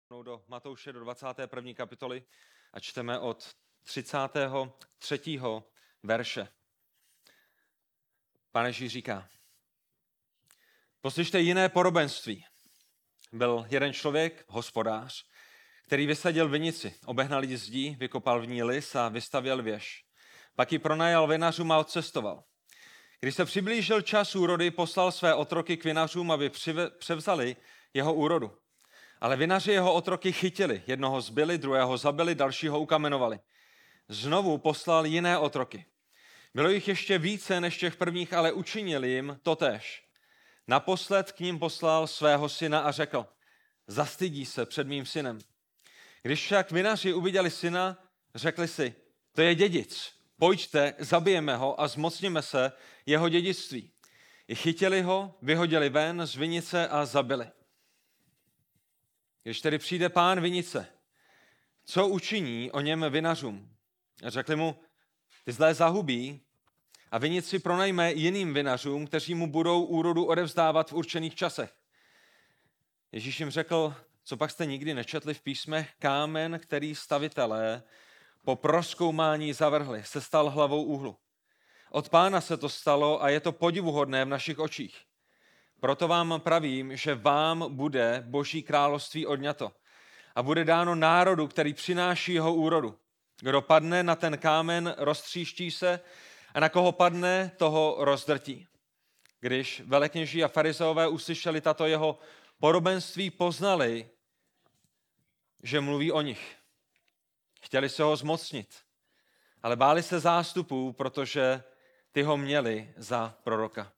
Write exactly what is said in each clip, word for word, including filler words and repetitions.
do Matouše do dvacáté první kapitoly a čteme od třicátého třetího verše. Pán Ježíš říká: Poslyšte jiné podobenství. Byl jeden člověk, hospodář, který vysadil vinici, obehnal ji zdí, vykopal v ní lis a vystavěl věž. Pak ji pronajal vinařům a odcestoval. Když se přiblížil čas úrody, poslal své otroky k vinařům, aby přive, převzali jeho úrodu. Ale vinaři jeho otroky chytili, jednoho zbili, druhého zabili, dalšího ukamenovali. Znovu poslal jiné otroky. Bylo jich ještě více než těch prvních, ale učinili jim totéž. Naposled k ním poslal svého syna a řekl: Zastydí se před mým synem. Když však vinaři uviděli syna, řekli si: To je dědic, pojďte, zabijeme ho a zmocníme se jeho dědictví. I chytili ho, vyhodili ven z vinice a zabili. Když tedy přijde pán vinice, co učiní o něm vinařům? A řekli mu: Ty zlé zahubí a vinici pronajme jiným vinařům, kteří mu budou úrodu odevzdávat v určených časech. Ježíš jim řekl: Co pak jste nikdy nečetli v písmech? Kámen, který stavitelé po prozkoumání zavrhli, se stal hlavou úhlu. Od Pána se to stalo a je to podivuhodné v našich očích. Proto vám pravím, že vám bude Boží království odňato a bude dáno národu, který přináší jeho úrodu. Kdo padne na ten kámen, roztříští se, a na koho padne, toho rozdrtí. Když velekněží a farizeové uslyšeli tato jeho podobenství, poznali, že mluví o nich. Chtěli se ho zmocnit, ale báli se zástupů, protože ty ho měli za proroka.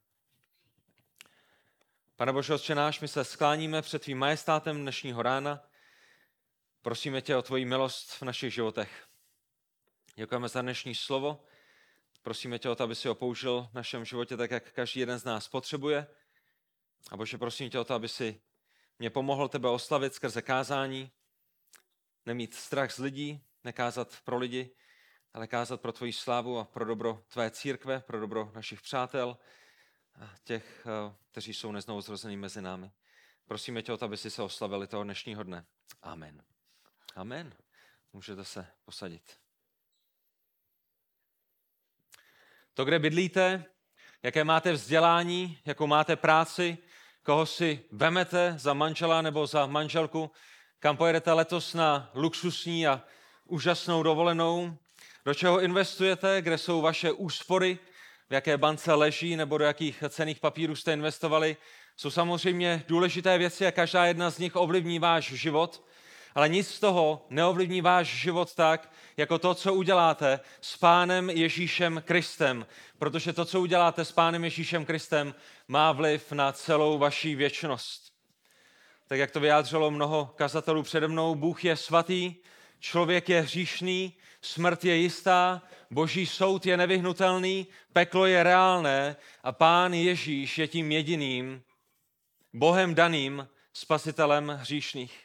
Pane Bože, Otče náš, my se skláníme před tvým majestátem dnešního rána. Prosíme tě o tvoji milost v našich životech. Děkujeme za dnešní slovo. Prosíme tě o to, aby si ho použil v našem životě tak, jak každý jeden z nás potřebuje. A Bože, prosím tě o to, aby si mě pomohl tebe oslavit skrze kázání, nemít strach z lidí, nekázat pro lidi, ale kázat pro tvoji slávu a pro dobro tvé církve, pro dobro našich přátel a těch, kteří jsou neznovuzrození mezi námi. Prosíme tě o to, aby si se oslavili toho dnešního dne. Amen. Amen. Můžete se posadit. To, kde bydlíte, jaké máte vzdělání, jakou máte práci, koho si vemete za manžela nebo za manželku, kam pojedete letos na luxusní a úžasnou dovolenou, do čeho investujete, kde jsou vaše úspory, v jaké bance leží nebo do jakých cenných papírů jste investovali, jsou samozřejmě důležité věci a každá jedna z nich ovlivní váš život, ale nic z toho neovlivní váš život tak, jako to, co uděláte s Pánem Ježíšem Kristem, protože to, co uděláte s Pánem Ježíšem Kristem, má vliv na celou vaši věčnost. Tak jak to vyjádřilo mnoho kazatelů přede mnou, Bůh je svatý, člověk je hříšný, smrt je jistá, Boží soud je nevyhnutelný, peklo je reálné a Pán Ježíš je tím jediným, Bohem daným spasitelem hříšných.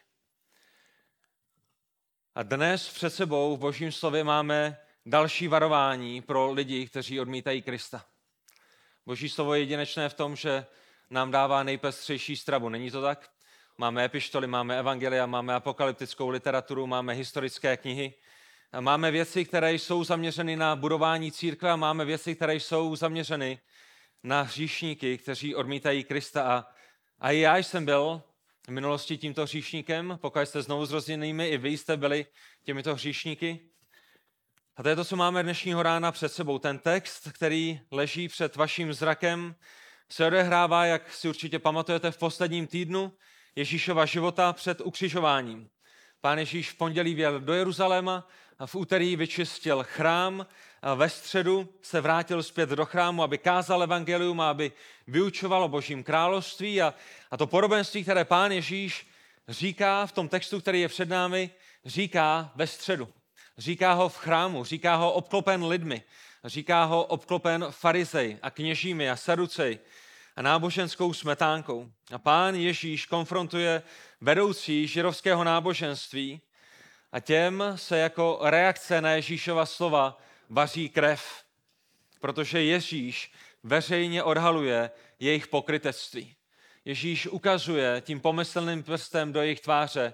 A dnes před sebou v Božím slově máme další varování pro lidi, kteří odmítají Krista. Boží slovo je jedinečné v tom, že nám dává nejpestřejší stravu. Není to tak? Máme epištoly, máme evangelia, máme apokalyptickou literaturu, máme historické knihy. A máme věci, které jsou zaměřeny na budování církve a máme věci, které jsou zaměřeny na hříšníky, kteří odmítají Krista. A, a i já jsem byl v minulosti tímto hříšníkem, pokud jste znovu zrozenými, i vy jste byli těmito hříšníky. A to je to, co máme dnešního rána před sebou. Ten text, který leží před vaším zrakem, se odehrává, jak si určitě pamatujete, v posledním týdnu Ježíšova života před ukřižováním. Pán Ježíš v pondělí vjel do Jeruzaléma a v úterý vyčistil chrám a ve středu se vrátil zpět do chrámu, aby kázal evangelium a aby vyučoval o Božím království. A, a to podobenství, které Pán Ježíš říká v tom textu, který je před námi, říká ve středu. Říká ho v chrámu, říká ho obklopen lidmi, říká ho obklopen farizej a kněžími a saducej a náboženskou smetánkou. A Pán Ježíš konfrontuje vedoucí židovského náboženství a těm se jako reakce na Ježíšova slova vaří krev, protože Ježíš veřejně odhaluje jejich pokrytectví. Ježíš ukazuje tím pomyslným prstem do jejich tváře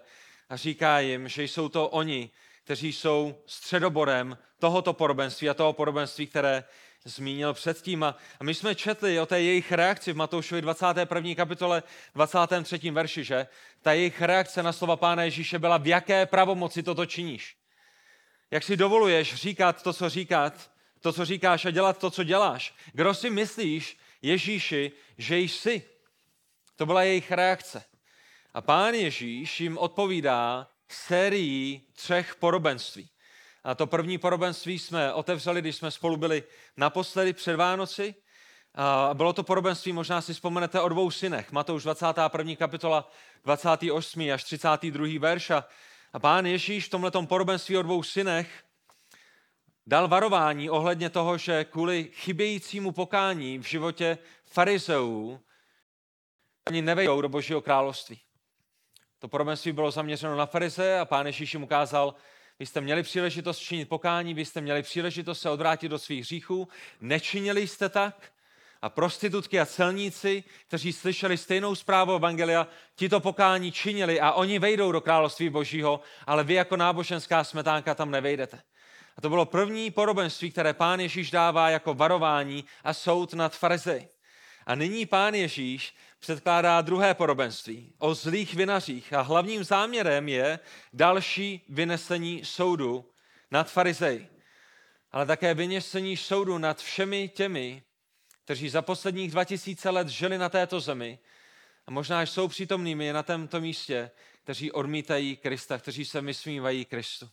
a říká jim, že jsou to oni, kteří jsou středoborem tohoto podobenství a toho podobenství, které zmínil předtím. A my jsme četli o té jejich reakci v Matoušovi dvacáté první kapitole dvacátém třetím verši, že? Ta jejich reakce na slova Pána Ježíše byla, v jaké pravomoci toto činíš. Jak si dovoluješ říkat to, co říkat, to, co říkáš a dělat to, co děláš. Kdo si myslíš, Ježíši, že jsi? To byla jejich reakce. A Pán Ježíš jim odpovídá sérií třech podobenství. A to první podobenství jsme otevřeli, když jsme spolu byli naposledy před Vánoci. A bylo to podobenství, možná si vzpomenete, o dvou synech. Matouš dvacátá první kapitola, dvacátý osmý až třicátý druhý verš. A Pán Ježíš v tomhletom podobenství o dvou synech dal varování ohledně toho, že kvůli chybějícímu pokání v životě farizeů ani nevejdou do Božího království. To podobenství bylo zaměřeno na farizeje a Pán Ježíš jim ukázal, vy jste měli příležitost činit pokání, vy jste měli příležitost se odvrátit do svých hříchů, nečinili jste tak a prostitutky a celníci, kteří slyšeli stejnou zprávu evangelia, tito pokání činili a oni vejdou do království Božího, ale vy jako náboženská smetánka tam nevejdete. A to bylo první podobenství, které Pán Ježíš dává jako varování a soud nad farizeji. A nyní Pán Ježíš předkládá druhé podobenství o zlých vinařích a hlavním záměrem je další vynesení soudu nad farizeji, ale také vynesení soudu nad všemi těmi, kteří za posledních dva tisíce let žili na této zemi a možná jsou přítomnými na tomto místě, kteří odmítají Krista, kteří se vysmívají Kristu.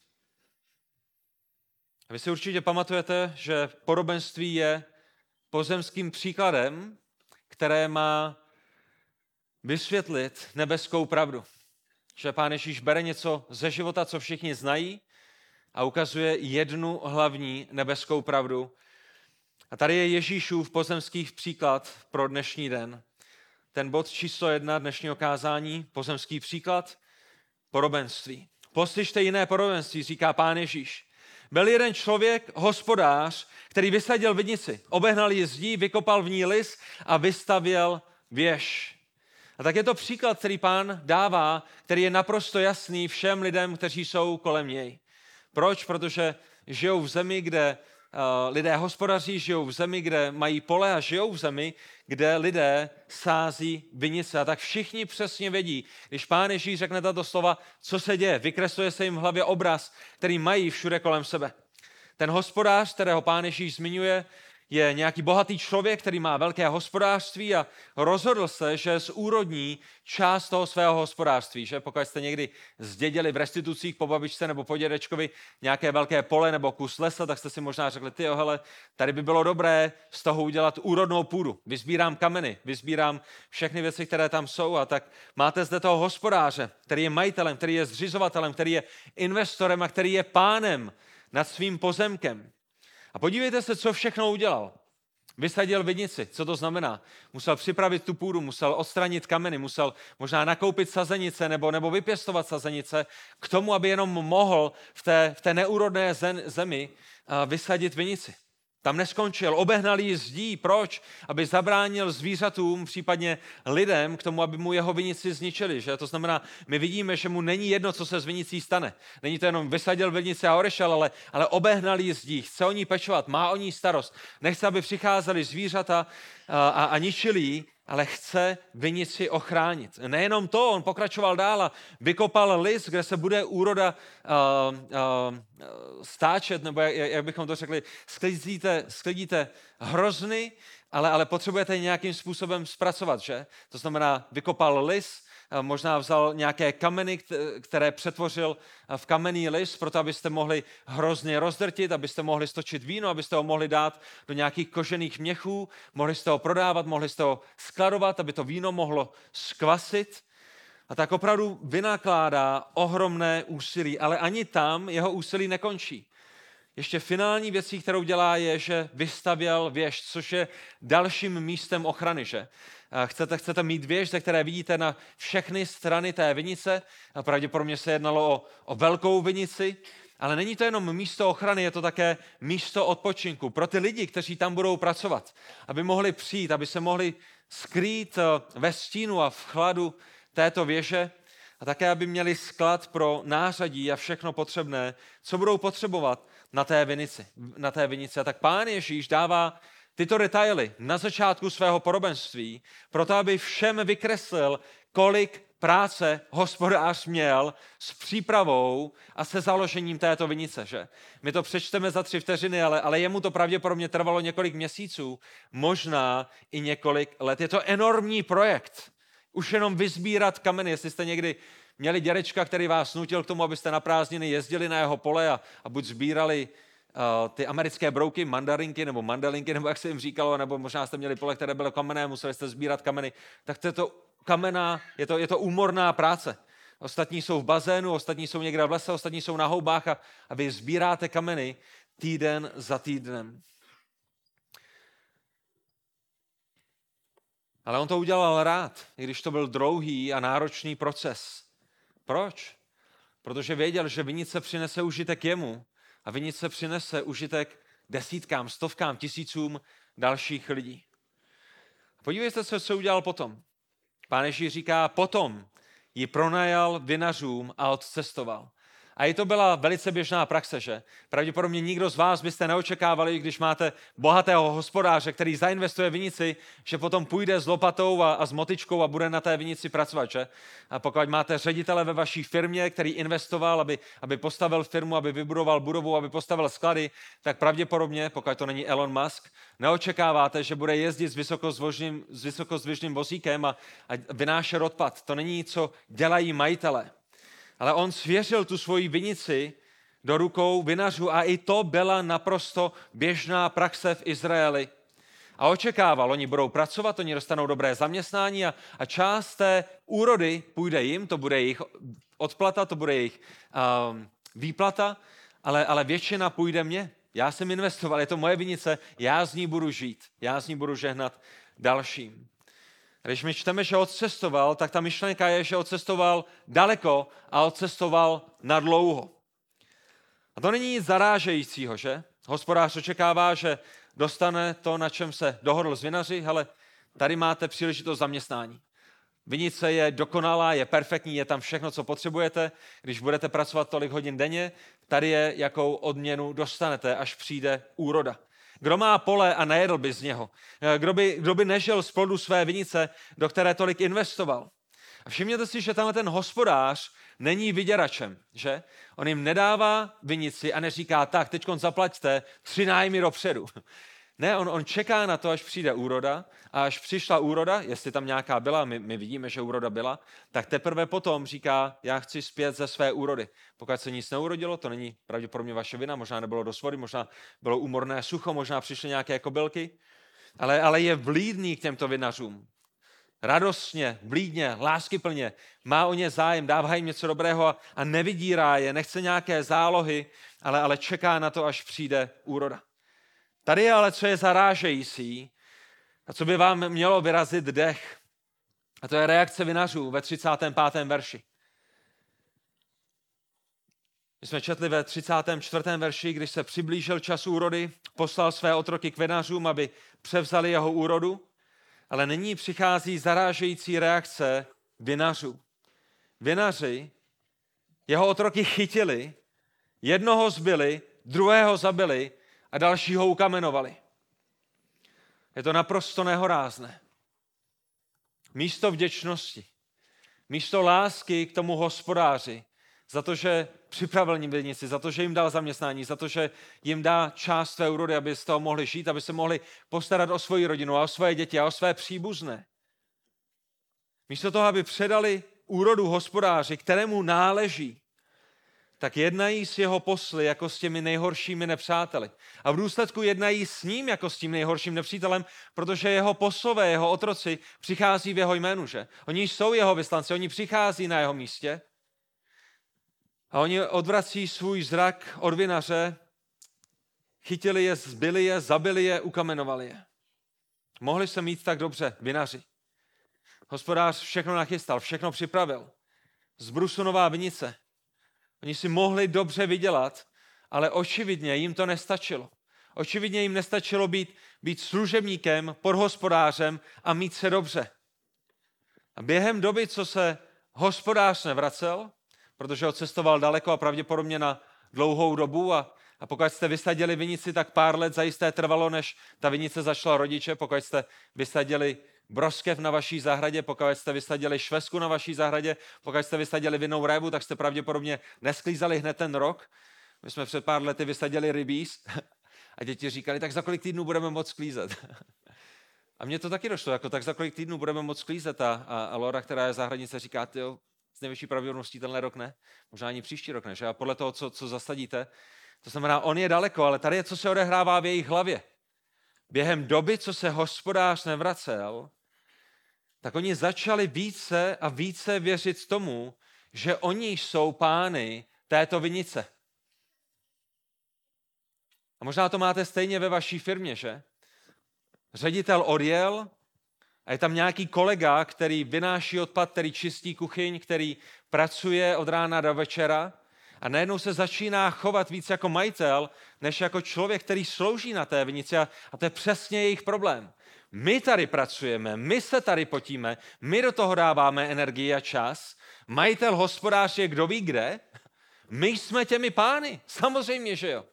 A vy si určitě pamatujete, že podobenství je pozemským příkladem, které má vysvětlit nebeskou pravdu. Že Pán Ježíš bere něco ze života, co všichni znají a ukazuje jednu hlavní nebeskou pravdu. A tady je Ježíšův pozemský příklad pro dnešní den. Ten bod číslo jedna dnešního kázání, pozemský příklad, podobenství. Poslyšte jiné podobenství, říká Pán Ježíš. Byl jeden člověk, hospodář, který vysadil vinici, obehnal ji zdí, vykopal v ní lis a vystavěl věž. A tak je to příklad, který Pán dává, který je naprosto jasný všem lidem, kteří jsou kolem něj. Proč? Protože žijou v zemi, kde uh, lidé hospodaří, žijou v zemi, kde mají pole a žijou v zemi, kde lidé sází vinice. A tak všichni přesně vědí, když Pán Ježíš řekne tato slova, co se děje. Vykresluje se jim v hlavě obraz, který mají všude kolem sebe. Ten hospodář, kterého Pán Ježíš zmiňuje, je nějaký bohatý člověk, který má velké hospodářství a rozhodl se, že zúrodní část toho svého hospodářství. Že? Pokud jste někdy zdědili v restitucích po babičce nebo po dědečkovi nějaké velké pole nebo kus lesa, tak jste si možná řekli, tyjo, hele, tady by bylo dobré z toho udělat úrodnou půdu. Vyzbírám kameny, vyzbírám všechny věci, které tam jsou a tak máte zde toho hospodáře, který je majitelem, který je zřizovatelem, který je investorem a který je pánem nad svým pozemkem. A podívejte se, co všechno udělal. Vysadil vinici. Co to znamená? Musel připravit tu půdu, musel odstranit kameny, musel možná nakoupit sazenice nebo, nebo vypěstovat sazenice k tomu, aby jenom mohl v té, v té neúrodné zemi vysadit vinici. Tam neskončil, obehnal ji zdí. Proč? Aby zabránil zvířatům, případně lidem k tomu, aby mu jeho vinici zničili. Že? To znamená, my vidíme, že mu není jedno, co se s vinicí stane. Není to jenom vysadil vinici a odešel, ale, ale obehnal ji zdí. Chce o ní pečovat, má o ní starost. Nechce, aby přicházeli zvířata a, a, a ničili ji, ale chce vinici ochránit. Nejenom to, on pokračoval dál a vykopal lis, kde se bude úroda uh, uh, stáčet, nebo jak, jak bychom to řekli, sklidíte, sklidíte hrozny, ale, ale potřebujete nějakým způsobem zpracovat, že? To znamená, vykopal lis, možná vzal nějaké kameny, které přetvořil v kamenný lis, proto abyste mohli hrozně rozdrtit, abyste mohli stočit víno, abyste ho mohli dát do nějakých kožených měchů, mohli jste ho prodávat, mohli jste ho skladovat, aby to víno mohlo skvasit. A tak opravdu vynakládá ohromné úsilí, ale ani tam jeho úsilí nekončí. Ještě finální věcí, kterou dělá, je, že vystavěl věž, což je dalším místem ochrany. Že? Chcete, chcete mít věž, ze které vidíte na všechny strany té vinice. A pravděpodobně se jednalo o, o velkou vinici, ale není to jenom místo ochrany, je to také místo odpočinku pro ty lidi, kteří tam budou pracovat, aby mohli přijít, aby se mohli skrýt ve stínu a v chladu této věže. a také, aby měli sklad pro nářadí a všechno potřebné, co budou potřebovat na té vinici. Na té vinici. A tak Pán Ježíš dává tyto detaily na začátku svého podobenství, proto aby všem vykreslil, kolik práce hospodář měl s přípravou a se založením této vinice. Že? My to přečteme za tři vteřiny, ale, ale jemu to pravděpodobně trvalo několik měsíců, možná i několik let. Je to enormní projekt. Už jenom vysbírat kameny, jestli jste někdy měli dědečka, který vás nutil k tomu, abyste na prázdniny jezdili na jeho pole a, a buď sbírali uh, ty americké brouky, mandarinky nebo mandalinky, nebo jak se jim říkalo, nebo možná jste měli pole, které bylo kamenné, museli jste sbírat kameny, tak to je to kamená, je to, je to úmorná práce. Ostatní jsou v bazénu, ostatní jsou někde v lese, ostatní jsou na houbách a, a vy sbíráte kameny týden za týdnem. Ale on to udělal rád, i když to byl dlouhý a náročný proces. Proč? Protože věděl, že vinice přinese užitek jemu a vinice přinese užitek desítkám, stovkám, tisícům dalších lidí. Podívejte se, co udělal potom. Pán Ježíš říká, potom ji pronajal vinařům a odcestoval. A i to byla velice běžná praxe, že? Pravděpodobně nikdo z vás byste neočekávali, když máte bohatého hospodáře, který zainvestuje vinici, že potom půjde s lopatou a, a s motyčkou a bude na té vinici pracovat, že? A pokud máte ředitele ve vaší firmě, který investoval, aby, aby postavil firmu, aby vybudoval budovu, aby postavil sklady, tak pravděpodobně, pokud to není Elon Musk, neočekáváte, že bude jezdit s vysokozdvižným, s vysokozdvižným vozíkem a, a vynášet odpad. To není, co dělají majitele. Ale on svěřil tu svoji vinici do rukou vinařů a i to byla naprosto běžná praxe v Izraeli. A očekával, oni budou pracovat, oni dostanou dobré zaměstnání a, a část té úrody půjde jim, to bude jejich odplata, to bude jejich um, výplata, ale, ale většina půjde mně. Já jsem investoval, je to moje vinice, já z ní budu žít, já z ní budu žehnat dalším. Když my čteme, že odcestoval, tak ta myšlenka je, že odcestoval daleko a odcestoval na dlouho. A to není nic zarážejícího, že? Hospodář očekává, že dostane to, na čem se dohodl s vinaři, ale tady máte příležitost zaměstnání. Vinice je dokonalá, je perfektní, je tam všechno, co potřebujete. Když budete pracovat tolik hodin denně, tady je, jakou odměnu dostanete, až přijde úroda. Kdo má pole a nejedl by z něho? Kdo by, kdo by nežil z plodu své vinice, do které tolik investoval? A všimněte si, že tenhle ten hospodář není vyděračem, že? On jim nedává vinici a neříká, tak, teďkon zaplaťte tři nájmy dopředu. Ne, on, on čeká na to, až přijde úroda a až přišla úroda, jestli tam nějaká byla, my, my vidíme, že úroda byla, tak teprve potom říká, já chci zpět ze své úrody. Pokud se nic neurodilo, to není pravděpodobně vaše vina, možná nebylo dost vody, možná bylo úmorné sucho, možná přišly nějaké kobylky, ale, ale je vlídný k těmto vinařům. Radostně, vlídně, láskyplně, má o ně zájem, dává jim něco dobrého a, a nevydírá je, nechce nějaké zálohy, ale, ale čeká na to, až přijde úroda. Tady je ale, co je zarážející a co by vám mělo vyrazit dech. A to je reakce vinařů ve třicátém pátém verši. My jsme četli ve třicátém čtvrtém verši, když se přiblížil čas úrody, poslal své otroky k vinařům, aby převzali jeho úrodu, ale nyní přichází zarážející reakce vinařů. Vinaři jeho otroky chytili, jednoho zbili, druhého zabili a dalšího ukamenovali. Je to naprosto nehorázné. Místo vděčnosti, místo lásky k tomu hospodáři, za to, že připravil jim vinici, za to, že jim dal zaměstnání, za to, že jim dá část své úrody, aby z toho mohli žít, aby se mohli postarat o svoji rodinu a o svoje děti a o své příbuzné. Místo toho, aby předali úrodu hospodáři, kterému náleží, tak jednají s jeho posly jako s těmi nejhoršími nepřáteli. A v důsledku jednají s ním jako s tím nejhorším nepřítelem, protože jeho poslové, jeho otroci přichází v jeho jménu, že? Oni jsou jeho vyslanci, oni přichází na jeho místě a oni odvrací svůj zrak od vinaře, chytili je, zbili je, zabili je, ukamenovali je. Mohli se mít tak dobře vinaři. Hospodář všechno nachystal, všechno připravil. Zbrusu nová vinice. Oni si mohli dobře vydělat, ale očividně jim to nestačilo. Očividně jim nestačilo být, být služebníkem, podhospodářem a mít se dobře. A během doby, co se hospodář nevracel, protože ho cestoval daleko a pravděpodobně na dlouhou dobu a, a pokud jste vysadili vinici, tak pár let zajisté trvalo, než ta vinice začala rodiče. Pokud jste vysadili broskev na vaší zahradě, pokud jste vysadili švesku na vaší zahradě, pokud jste vysadili vinnou révu, tak jste pravděpodobně nesklízali hned ten rok. My jsme před pár lety vysadili rybíz a děti říkali, tak za kolik týdnů budeme moct sklízet. A mně to taky došlo, jako tak za kolik týdnů budeme moct sklízet. A, a, a Laura, která je zahradnice, říká, tyjo, s největší pravděpodobností tenhle rok ne, možná ani příští rok ne, že? A podle toho, co, co zasadíte, to znamená, on je daleko, ale tady je, co se odehrává v jejich hlavě. Během doby, co se hospodář nevracel, tak oni začali více a více věřit tomu, že oni jsou pány této vinice. A možná to máte stejně ve vaší firmě, že? Ředitel odjel a je tam nějaký kolega, který vynáší odpad, který čistí kuchyň, který pracuje od rána do večera a najednou se začíná chovat víc jako majitel, než jako člověk, který slouží na té vinici a, a to je přesně jejich problém. My tady pracujeme, my se tady potíme, my do toho dáváme energii a čas, majitel, hospodář je kdo ví kde, my jsme těmi pány, samozřejmě, že jo.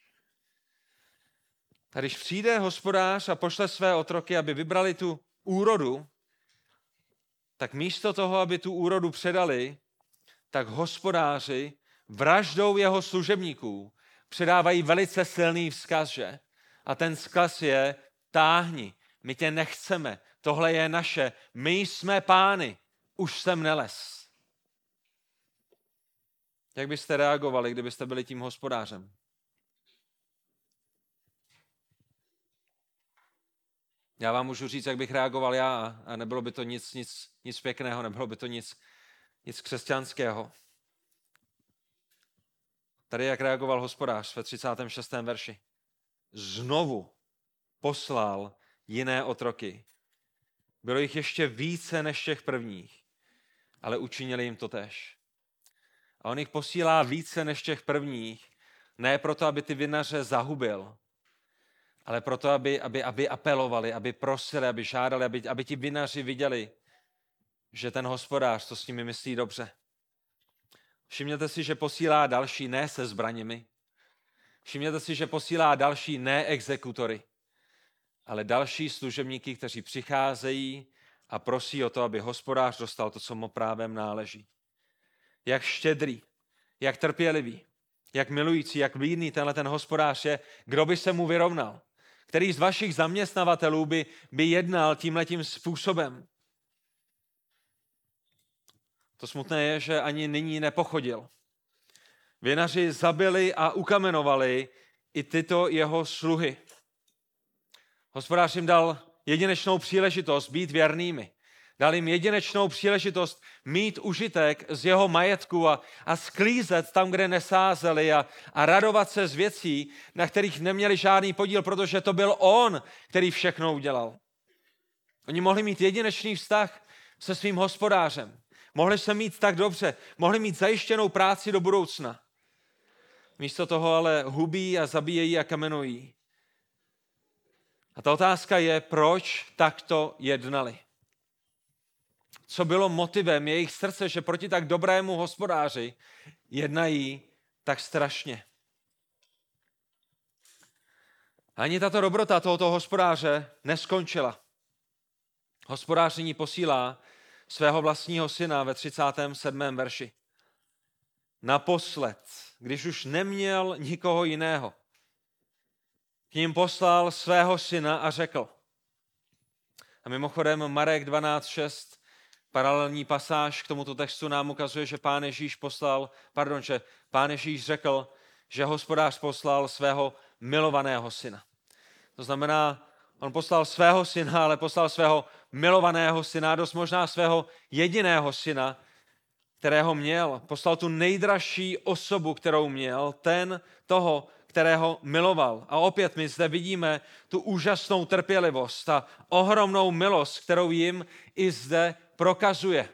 A když přijde hospodář a pošle své otroky, aby vybrali tu úrodu, tak místo toho, aby tu úrodu předali, tak hospodáři vraždou jeho služebníků předávají velice silný vzkaz, že? A ten vzkaz je, táhni, my tě nechceme, tohle je naše, my jsme pány, už sem nelez. Jak byste reagovali, kdybyste byli tím hospodářem? Já vám můžu říct, jak bych reagoval já a nebylo by to nic, nic, nic pěkného, nebylo by to nic, nic křesťanského. Tady jak reagoval hospodář ve třicátém šestém verši. Znovu poslal jiné otroky. Bylo jich ještě více než těch prvních, ale učinili jim to též. A on jich posílá více než těch prvních, ne proto, aby ty vinaře zahubil, ale proto, aby, aby, aby apelovali, aby prosili, aby žádali, aby, aby ti vinaři viděli, že ten hospodář to s nimi myslí dobře. Všimněte si, že posílá další ne se zbraněmi. Všimněte si, že posílá další ne exekutory, ale další služebníky, kteří přicházejí a prosí o to, aby hospodář dostal to, co mu právem náleží. Jak štědrý, jak trpělivý, jak milující, jak vlídný tenhle ten hospodář je, kdo by se mu vyrovnal. Který z vašich zaměstnavatelů by, by jednal tímhletím způsobem. To smutné je, že ani nyní nepochodil. Vinaři zabili a ukamenovali i tyto jeho sluhy. Hospodář jim dal jedinečnou příležitost být věrnými. Dal jim jedinečnou příležitost mít užitek z jeho majetku a, a sklízet tam, kde nesázeli a, a radovat se z věcí, na kterých neměli žádný podíl, protože to byl on, který všechno udělal. Oni mohli mít jedinečný vztah se svým hospodářem. Mohli se mít tak dobře, mohli mít zajištěnou práci do budoucna. Místo toho ale hubí a zabíjejí a kamenují. A ta otázka je, proč takto jednali. Co bylo motivem jejich srdce, že proti tak dobrému hospodáři jednají tak strašně. Ani tato dobrota tohoto hospodáře neskončila. Hospodář nyní posílá svého vlastního syna ve třicátém sedmém verši. Naposled, když už neměl nikoho jiného, k ním poslal svého syna a řekl. A mimochodem Marek dvanáct šest, paralelní pasáž k tomuto textu nám ukazuje, že Pán Ježíš poslal, pardon, že Pán Ježíš řekl, že hospodář poslal svého milovaného syna. To znamená, on poslal svého syna, ale poslal svého milovaného syna, dost možná svého jediného syna, kterého měl. Poslal tu nejdražší osobu, kterou měl, ten toho, kterého miloval. A opět my zde vidíme tu úžasnou trpělivost a ohromnou milost, kterou jim i zde prokazuje.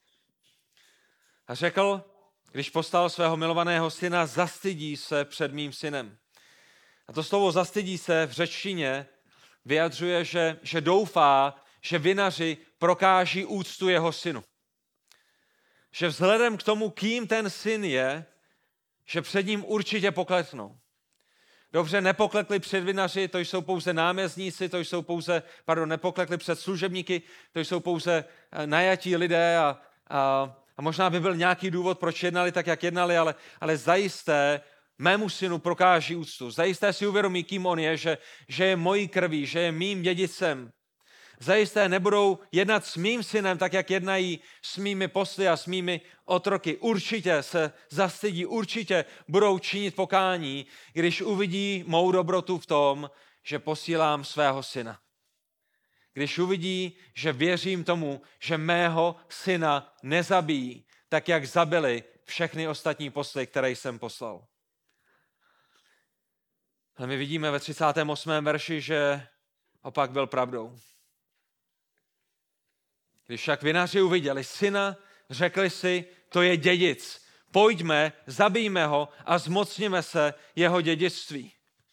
A řekl, když poslal svého milovaného syna, zastydí se před mým synem. A to slovo zastydí se v řečtině vyjadřuje, že, že doufá, že vinaři prokáží úctu jeho synu. že vzhledem k tomu, kým ten syn je, že před ním určitě pokleknou. Dobře, nepoklekli před vinaři, to jsou pouze náměstníci, to jsou pouze, pardon, nepoklekli před služebníky, to jsou pouze najatí lidé a, a, a možná by byl nějaký důvod, proč jednali tak, jak jednali, ale, ale zajisté mému synu prokáží úctu. Zajisté si uvědomí, kým on je, že, že je mojí krví, že je mým dědicem. Zajisté nebudou jednat s mým synem tak, jak jednají s mými posly a s mými otroky. Určitě se zastydí, určitě budou činit pokání, když uvidí mou dobrotu v tom, že posílám svého syna. Když uvidí, že věřím tomu, že mého syna nezabijí, tak jak zabili všechny ostatní posly, které jsem poslal. Ale my vidíme ve třicátém osmém verši, že opak byl pravdou. Když však vinaři uviděli syna, řekli si, to je dědic. Pojďme, zabijme ho a zmocněme se jeho dědictví.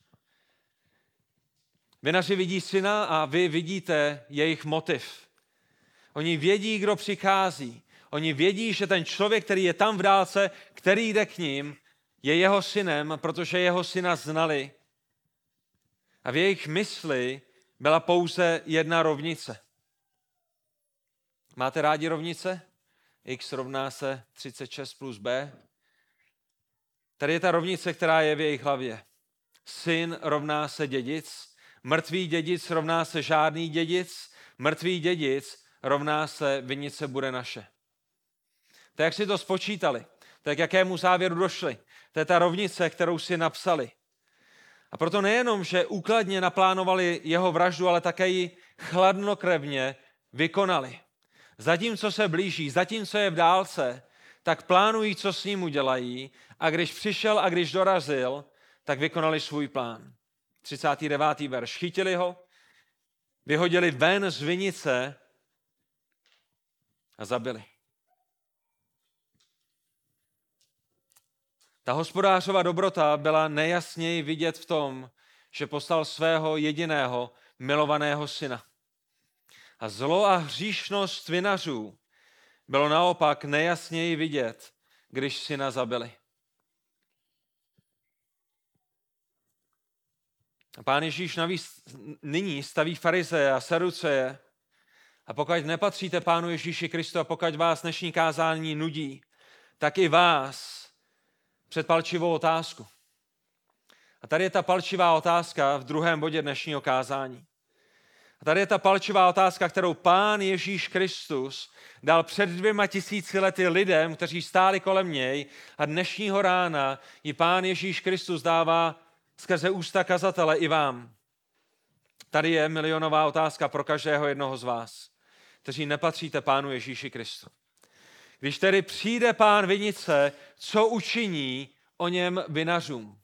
Vinaři vidí syna a vy vidíte jejich motiv. Oni vědí, kdo přichází. Oni vědí, že ten člověk, který je tam v dálce, který jde k ním, je jeho synem, protože jeho syna znali. A v jejich mysli byla pouze jedna rovnice. Máte rádi rovnice? X rovná se třicet šest plus B. Tady je ta rovnice, která je v jejich hlavě. Syn rovná se dědic, mrtvý dědic rovná se žádný dědic, mrtvý dědic rovná se vinice bude naše. Tak jak si to spočítali, tak jakému závěru došli. To je ta rovnice, kterou si napsali. A proto nejenom, že úkladně naplánovali jeho vraždu, ale také ji chladnokrevně vykonali. Zatímco se blíží, zatímco je v dálce, tak plánují, co s ním udělají, a když přišel a když dorazil, tak vykonali svůj plán. třicátý devátý verš. Chytili ho, vyhodili ven z vinice a zabili. Ta hospodářova dobrota byla nejasněji vidět v tom, že poslal svého jediného milovaného syna. A zlo a hříšnost vinařů bylo naopak nejasněji vidět, když syna zabili. A Pán Ježíš navíc nyní staví farizeje a saduceje. A pokud nepatříte Pánu Ježíši Kristu a pokud vás dnešní kázání nudí, tak i vás před palčivou otázku. A tady je ta palčivá otázka v druhém bodě dnešního kázání. A tady je ta palčivá otázka, kterou Pán Ježíš Kristus dal před dvěma tisíci lety lidem, kteří stáli kolem něj, a dnešního rána ji Pán Ježíš Kristus dává skrze ústa kazatele i vám. Tady je milionová otázka pro každého jednoho z vás, kteří nepatříte Pánu Ježíši Kristu. Když tedy přijde Pán vinice, co učiní o něm vinařům?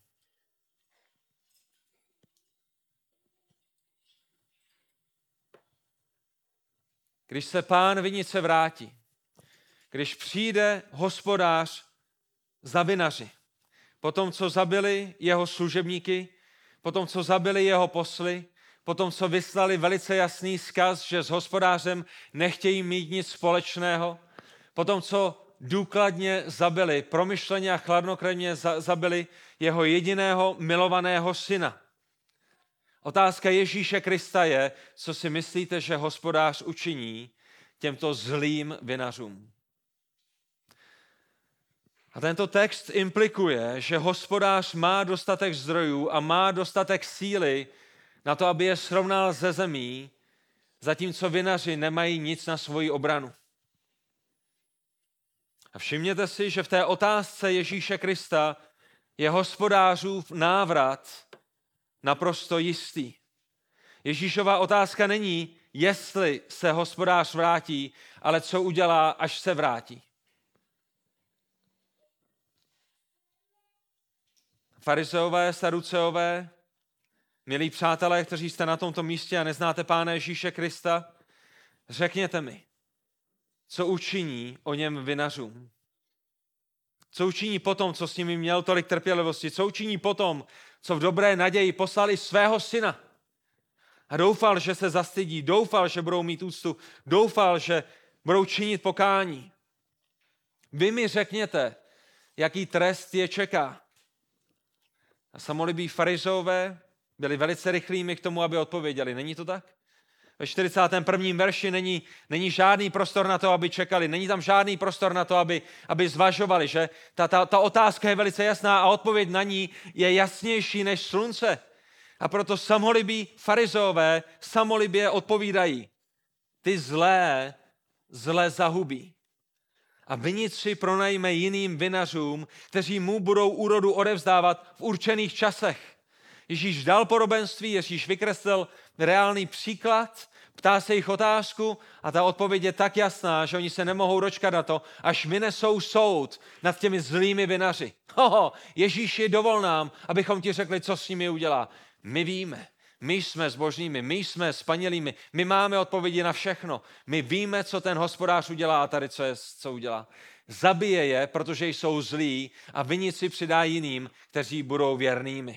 Když se Pán vinice vrátí, když přijde hospodář za vinaři, potom, co zabili jeho služebníky, potom, co zabili jeho posly, potom, co vyslali velice jasný vzkaz, že s hospodářem nechtějí mít nic společného, potom, co důkladně zabili, promyšleně a chladnokrevně zabili jeho jediného milovaného syna. Otázka Ježíše Krista je, co si myslíte, že hospodář učiní těmto zlým vinařům. A tento text implikuje, že hospodář má dostatek zdrojů a má dostatek síly na to, aby je srovnal ze zemí, zatímco vinaři nemají nic na svoji obranu. A všimněte si, že v té otázce Ježíše Krista je hospodářův návrat naprosto jistý. Ježíšova otázka není, jestli se hospodář vrátí, ale co udělá, až se vrátí. Farizeové, saduceové, milí přátelé, kteří jste na tomto místě a neznáte Pána Ježíše Krista, řekněte mi, co učiní o něm vinařům. Co učiní potom, co s nimi měl tolik trpělivosti? Co učiní potom, co v dobré naději poslali svého syna? A doufal, že se zastydí, doufal, že budou mít úctu, doufal, že budou činit pokání. Vy mi řekněte, jaký trest je čeká. A samolibí farizové byli velice rychlými k tomu, aby odpověděli. Není to tak? Ve čtyřicátém prvním verši není, není žádný prostor na to, aby čekali. Není tam žádný prostor na to, aby, aby zvažovali. Že? Ta, ta, ta otázka je velice jasná a odpověď na ní je jasnější než slunce. A proto samolibí farizové samolibě odpovídají. Ty zlé, zlé zahubí. A vinici pronajme jiným vinařům, kteří mu budou úrodu odevzdávat v určených časech. Ježíš dal podobenství, Ježíš vykreslil reálný příklad, ptá se jich otázku a ta odpověď je tak jasná, že oni se nemohou dočkat na to, až vynesou soud nad těmi zlými vinaři. Hoho, Ježíši, dovol nám, abychom ti řekli, co s nimi udělá. My víme, my jsme zbožnými, my jsme spanělými, my máme odpovědi na všechno. My víme, co ten hospodář udělá a tady co, je, co udělá. Zabije je, protože jsou zlí a vinici přidá jiným, kteří budou věrnými.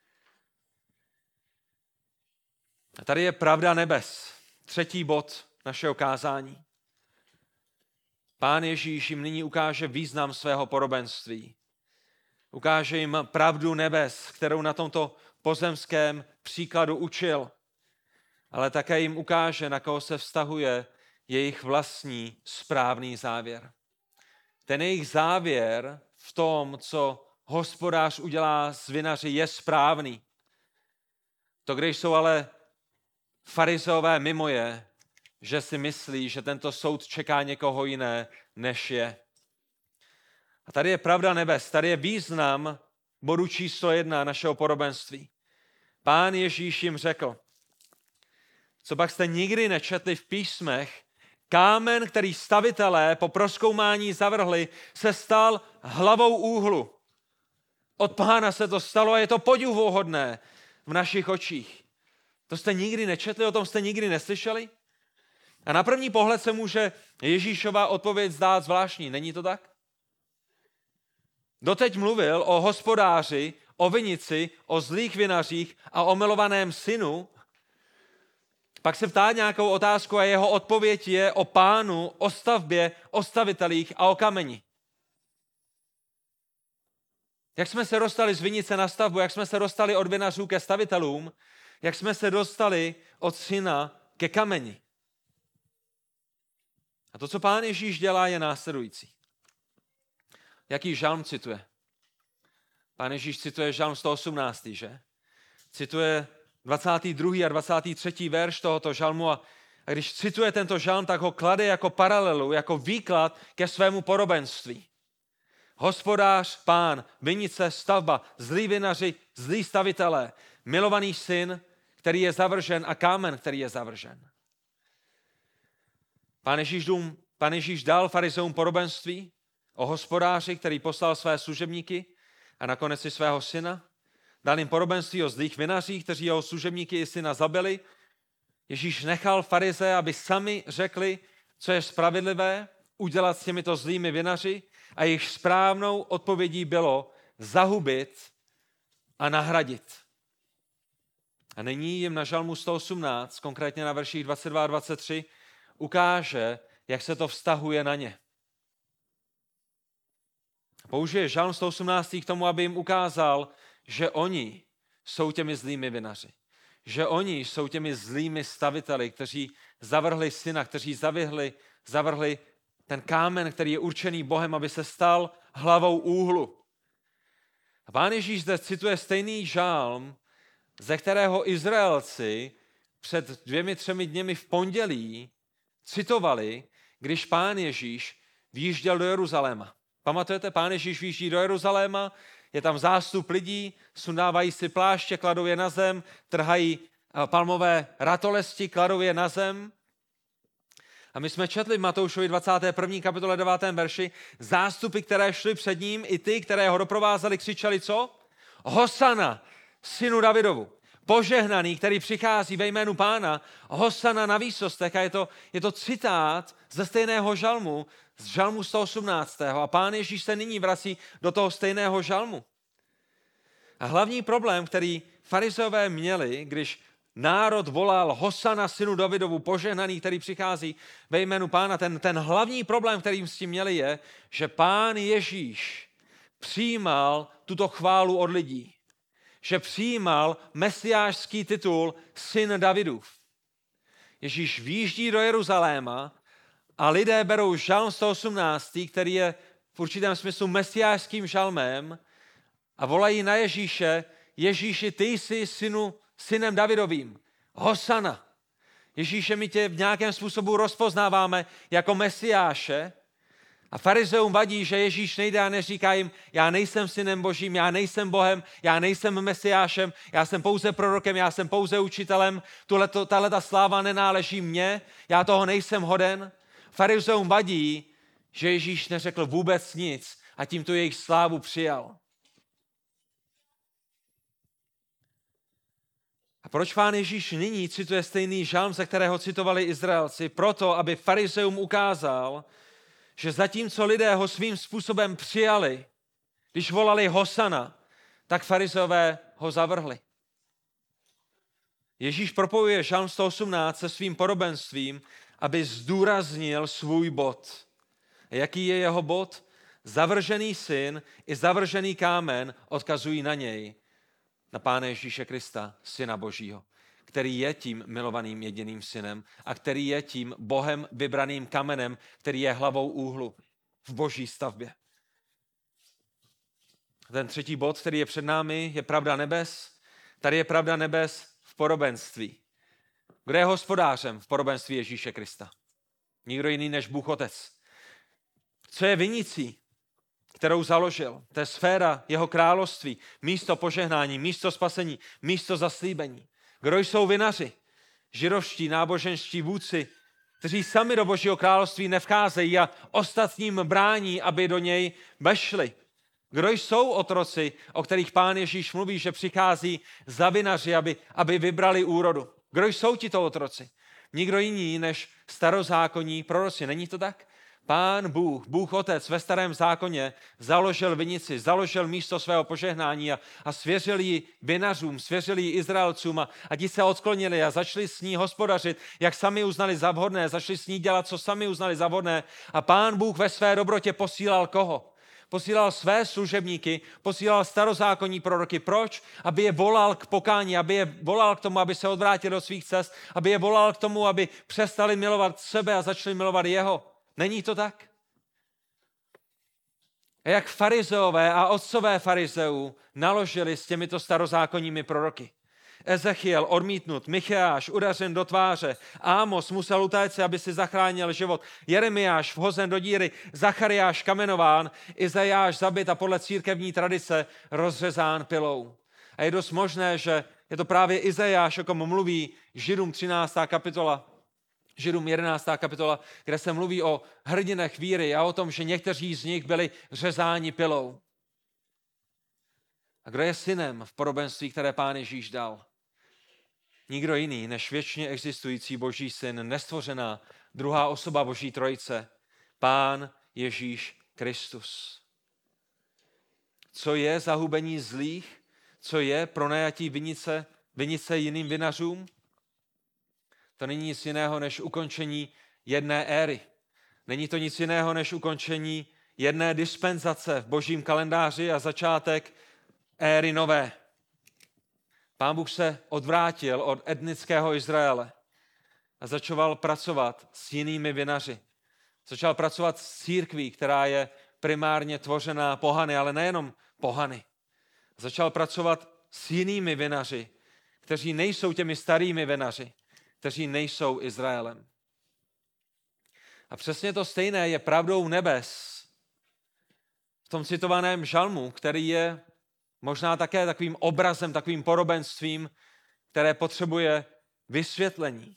A tady je pravda nebes. Třetí bod našeho kázání. Pán Ježíš jim nyní ukáže význam svého podobenství. Ukáže jim pravdu nebes, kterou na tomto pozemském příkladu učil. Ale také jim ukáže, na koho se vztahuje jejich vlastní správný závěr. Ten jejich závěr v tom, co hospodář udělá s vinaři, je správný. To, když jsou ale farizové mimo je, že si myslí, že tento soud čeká někoho jiné, než je. A tady je pravda nebes, tady je význam bodu číslo jedna našeho podobenství. Pán Ježíš jim řekl, co pak jste nikdy nečetli v písmech, kámen, který stavitelé po prozkoumání zavrhli, se stal hlavou úhlu. Od Pána se to stalo a je to podivuhodné v našich očích. To jste nikdy nečetli, o tom jste nikdy neslyšeli? A na první pohled se může Ježíšova odpověď zdát zvláštní, není to tak? Doteď mluvil o hospodáři, o vinici, o zlých vinařích a o milovaném synu. Pak se ptá nějakou otázku a jeho odpověď je o Pánu, o stavbě, o stavitelích a o kameni. Jak jsme se dostali z vinice na stavbu, jak jsme se dostali od vinařů ke stavitelům, jak jsme se dostali od syna ke kameni. A to, co Pán Ježíš dělá, je následující. Jaký žalm cituje? Pán Ježíš cituje žalm sto osmnáct, že? Cituje dvacátý druhý a dvacátý třetí verš tohoto žalmu a, a když cituje tento žalm, tak ho klade jako paralelu, jako výklad ke svému podobenství. Hospodář, Pán, vinice, stavba, zlí vinaři, zlí stavitelé, milovaný syn, který je zavržen a kámen, který je zavržen. Pán Ježíš, dům, Pán Ježíš dal farizeům podobenství o hospodáři, který poslal své služebníky a nakonec i svého syna. Dal jim podobenství o zlých vinařích, kteří jeho služebníky i syna zabili. Ježíš nechal farize, aby sami řekli, co je spravedlivé, udělat s těmito zlými vinaři a jejich správnou odpovědí bylo zahubit a nahradit. A nyní jim na žalmu sto osmnáct, konkrétně na verších dvacet dva a dvacet tři, ukáže, jak se to vztahuje na ně. Použije žalm sto osmnáct k tomu, aby jim ukázal, že oni jsou těmi zlými vinaři. Že oni jsou těmi zlými staviteli, kteří zavrhli syna, kteří zavrhli, zavrhli ten kámen, který je určený Bohem, aby se stal hlavou úhlu. A Pán Ježíš zde cituje stejný žalm, ze kterého Izraelci před dvěmi, třemi dněmi v pondělí citovali, když Pán Ježíš vjížděl do Jeruzaléma. Pamatujete, Pán Ježíš výjíždí do Jeruzaléma, je tam zástup lidí, sundávají si pláště, kladou je na zem, trhají palmové ratolesti, kladou je na zem. A my jsme četli v Matoušovi dvacáté první kapitole devátém verši, zástupy, které šly před ním, i ty, které ho doprovázeli, křičeli co? Hosana, synu Davidovu. Požehnaný, který přichází ve jménu Pána, hosana na výsostech. A je to, je to citát ze stejného žalmu, z žalmu sto osmnáct. A Pán Ježíš se nyní vrací do toho stejného žalmu. A hlavní problém, který farizeové měli, když národ volal Hosana synu Davidovu, požehnaný, který přichází ve jménu Pána. Ten, ten hlavní problém, kterým s tím měli, je, že Pán Ježíš přijímal tuto chválu od lidí. Že přijímal mesiášský titul syn Davidův. Ježíš výjíždí do Jeruzaléma a lidé berou žalm sto osmnáct, který je v určitém smyslu mesiášským žalmem a volají na Ježíše: Ježíši, ty jsi synu, synem Davidovým. Hosana. Ježíše, my tě v nějakém způsobu rozpoznáváme jako mesiáše. A farizeům vadí, že Ježíš nejde a neříká jim: já nejsem synem Božím, já nejsem Bohem, já nejsem mesiášem, já jsem pouze prorokem, já jsem pouze učitelem, tahleta sláva nenáleží mně, já toho nejsem hoden. Farizeům vadí, že Ježíš neřekl vůbec nic a tím tu jejich slávu přijal. A proč Pán Ježíš nyní cituje stejný žalm, ze kterého citovali Izraelci? Proto, aby farizeům ukázal, že zatímco lidé ho svým způsobem přijali, když volali Hosana, tak farizeové ho zavrhli. Ježíš propojuje žalm sto osmnáct se svým podobenstvím, aby zdůraznil svůj bod. A jaký je jeho bod? Zavržený syn i zavržený kámen odkazují na něj, na Pána Ježíše Krista, syna Božího, který je tím milovaným jediným synem a který je tím Bohem vybraným kamenem, který je hlavou úhlu v Boží stavbě. Ten třetí bod, který je před námi, je pravda nebes. Tady je pravda nebes v podobenství. Kdo je hospodářem v podobenství Ježíše Krista? Nikdo jiný než Bůh Otec. Co je vinicí, kterou založil? To je sféra jeho království, místo požehnání, místo spasení, místo zaslíbení. Kdo jsou vinaři? Židovští náboženští vůdci, kteří sami do Božího království nevcházejí a ostatním brání, aby do něj vešli. Kdo jsou otroci, o kterých Pán Ježíš mluví, že přichází za vinaři, aby, aby vybrali úrodu? Kdo jsou tito otroci? Nikdo jiný než starozákonní proroci. Není to tak? Pán Bůh, Bůh Otec ve starém zákoně založil vinici, založil místo svého požehnání a, a svěřil ji vinařům, svěřil ji Izraelcům a, a ti se odklonili a začali s ní hospodařit, jak sami uznali za vhodné, začali s ní dělat, co sami uznali za vhodné. A Pán Bůh ve své dobrotě posílal koho? Posílal své služebníky, posílal starozákonní proroky. Proč? Aby je volal k pokání, aby je volal k tomu, aby se odvrátili od svých cest, aby je volal k tomu, aby přestali milovat sebe a začali milovat jeho. Není to tak? A jak farizeové a otcové farizeů naložili s těmito starozákonními proroky. Ezechiel odmítnut, Micheáš udařen do tváře, Ámos musel utéct, aby si zachránil život, Jeremiáš vhozen do díry, Zachariáš kamenován, Izajáš zabit a podle církevní tradice rozřezán pilou. A je dost možné, že je to právě Izajáš, o kom mluví Židům třináctá kapitola, Židům jedenáctá kapitola, kde se mluví o hrdinech víry a o tom, že někteří z nich byli řezáni pilou. A kdo je synem v podobenství, které Pán Ježíš dal? Nikdo jiný než věčně existující Boží syn, nestvořená druhá osoba Boží trojice, Pán Ježíš Kristus. Co je zahubení zlých? Co je pronajatí vinice, vinice jiným vinařům? To není nic jiného než ukončení jedné éry. Není to nic jiného než ukončení jedné dispenzace v Božím kalendáři a začátek éry nové. Pán Bůh se odvrátil od etnického Izraele a začal pracovat s jinými vinaři. Začal pracovat s církví, která je primárně tvořená pohany, ale nejenom pohany. Začal pracovat s jinými vinaři, kteří nejsou těmi starými vinaři, kteří nejsou Izraelem. A přesně to stejné je pravdou nebes v tom citovaném žalmu, který je možná také takovým obrazem, takovým podobenstvím, které potřebuje vysvětlení.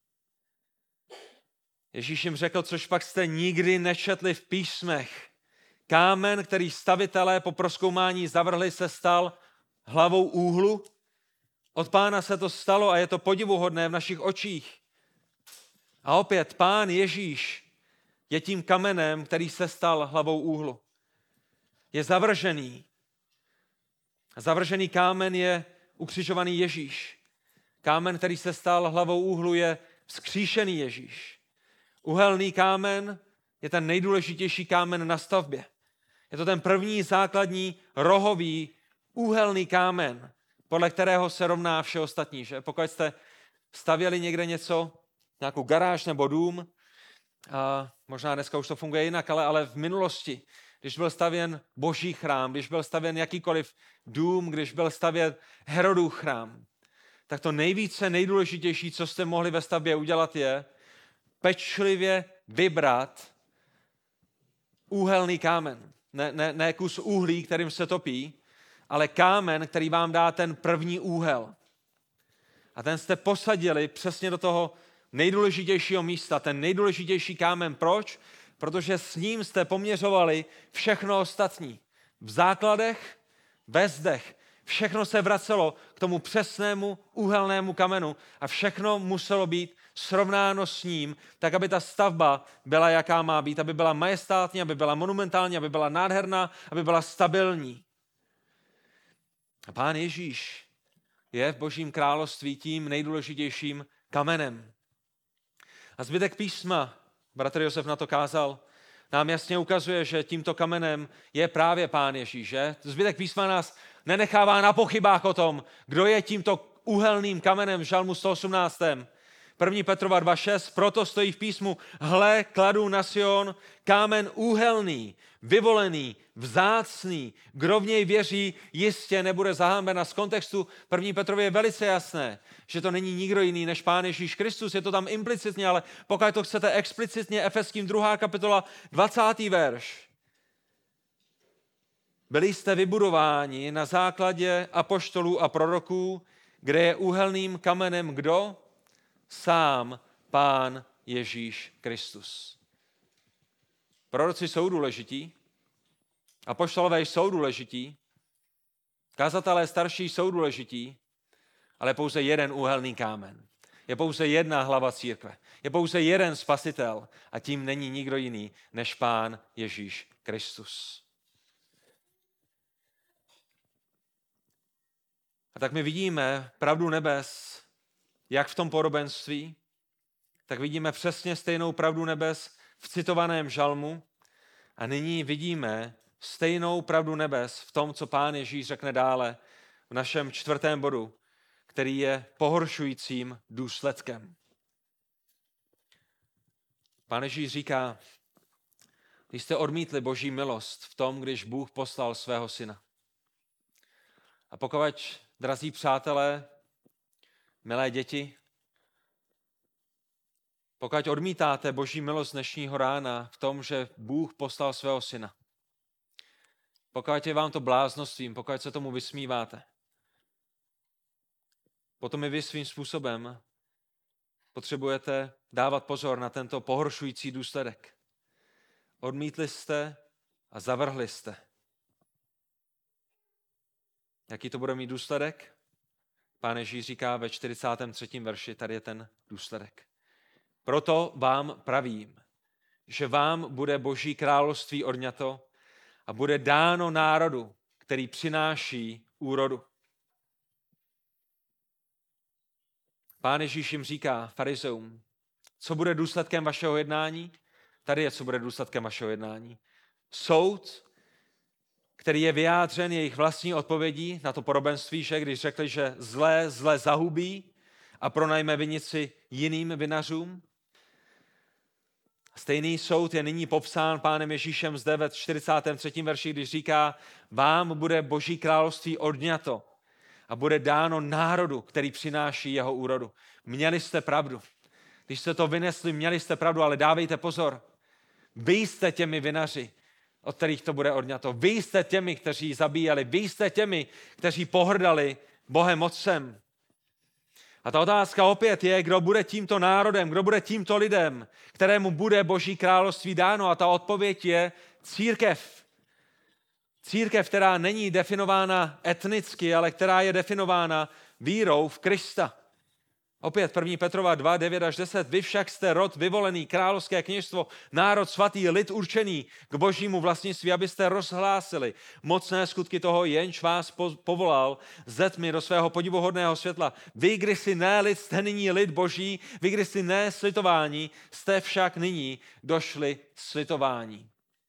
Ježíš jim řekl, což pak jste nikdy nečetli v písmech. Kámen, který stavitelé po prozkoumání zavrhli, se stal hlavou úhlu. Od Pána se to stalo a je to podivuhodné v našich očích. A opět Pán Ježíš je tím kamenem, který se stal hlavou úhlu. Je zavržený. Zavržený kámen je ukřižovaný Ježíš. Kámen, který se stal hlavou úhlu, je vzkříšený Ježíš. Uhelný kámen je ten nejdůležitější kámen na stavbě. Je to ten první základní rohový úhelný kámen, podle kterého se rovná vše ostatní. Že? Pokud jste stavěli někde něco, nějakou garáž nebo dům, a možná dneska už to funguje jinak, ale, ale v minulosti, když byl stavěn boží chrám, když byl stavěn jakýkoliv dům, když byl stavěn Herodův chrám, tak to nejvíce nejdůležitější, co jste mohli ve stavbě udělat, je pečlivě vybrat úhelný kámen. Ne, ne, ne kus uhlí, kterým se topí, ale kámen, který vám dá ten první úhel. A ten jste posadili přesně do toho nejdůležitějšího místa, ten nejdůležitější kámen. Proč? Protože s ním jste poměřovali všechno ostatní. V základech, ve zdech. Všechno se vracelo k tomu přesnému úhelnému kamenu a všechno muselo být srovnáno s ním, tak aby ta stavba byla, jaká má být, aby byla majestátní, aby byla monumentální, aby byla nádherná, aby byla stabilní. A Pán Ježíš je v Božím království tím nejdůležitějším kamenem. A zbytek písma, bratr Josef na to kázal, nám jasně ukazuje, že tímto kamenem je právě Pán Ježíš. Že? Zbytek písma nás nenechává na pochybách o tom, kdo je tímto úhelným kamenem v Žalmu sto osmnáct. první Petrova dva šest, proto stojí v písmu, hle, kladu na Sion kámen úhelný, vyvolený, vzácný, kdo v něj věří, jistě nebude zahanben. A z kontextu první Petrově je velice jasné, že to není nikdo jiný než Pán Ježíš Kristus, je to tam implicitně, ale pokud to chcete explicitně, Efeským druhá kapitola, dvacátý verš. Byli jste vybudováni na základě apoštolů a proroků, kde je úhelným kamenem kdo? Sám Pán Ježíš Kristus. Proroci jsou důležití, apoštolové jsou důležití, kazatelé starší jsou důležití, ale pouze jeden úhelný kámen. Je pouze jedna hlava církve. Je pouze jeden spasitel a tím není nikdo jiný než Pán Ježíš Kristus. A tak my vidíme pravdu nebes, jak v tom podobenství, tak vidíme přesně stejnou pravdu nebes v citovaném žalmu a nyní vidíme stejnou pravdu nebes v tom, co Pán Ježíš řekne dále v našem čtvrtém bodu, který je pohoršujícím důsledkem. Pán Ježíš říká, když jste odmítli Boží milost v tom, když Bůh poslal svého syna. A pokud, drazí přátelé, milé děti, pokud odmítáte Boží milost dnešního rána v tom, že Bůh poslal svého syna, pokud je vám to bláznostvím, pokud se tomu vysmíváte, potom i vy svým způsobem potřebujete dávat pozor na tento pohoršující důsledek. Odmítli jste a zavrhli jste. Jaký to bude mít důsledek? Pán Ježíš říká ve čtyřicátém třetím verši, tady je ten důsledek. Proto vám pravím, že vám bude Boží království odňato a bude dáno národu, který přináší úrodu. Pán Ježíš jim říká farizeům, co bude důsledkem vašeho jednání? Tady je, co bude důsledkem vašeho jednání. Soud, který je vyjádřen jejich vlastní odpovědí na to podobenství, že když řekli, že zlé, zlé zahubí a pronajme vinici jiným vinařům. Stejný soud je nyní popsán Pánem Ježíšem zde ve čtyřicátém třetím verši, když říká, vám bude Boží království odňato a bude dáno národu, který přináší jeho úrodu. Měli jste pravdu. Když jste to vynesli, měli jste pravdu, ale dávejte pozor. Vy jste těmi vinaři, od kterých to bude odňato. Vy jste těmi, kteří zabíjeli. Vy jste těmi, kteří pohrdali Bohem Otcem. A ta otázka opět je, kdo bude tímto národem, kdo bude tímto lidem, kterému bude Boží království dáno. A ta odpověď je církev. Církev, která není definována etnicky, ale která je definována vírou v Krista. Opět první Petrova dva, devět až deset. Vy však jste rod vyvolený, královské kněžstvo, národ svatý, lid určený k božímu vlastnictví, abyste rozhlásili mocné skutky toho, jenž vás povolal z tmy do svého podivuhodného světla. Vy, kdysi ne lid, jste nyní lid boží, vy, kdysi ne slitování, jste však nyní došli slitování.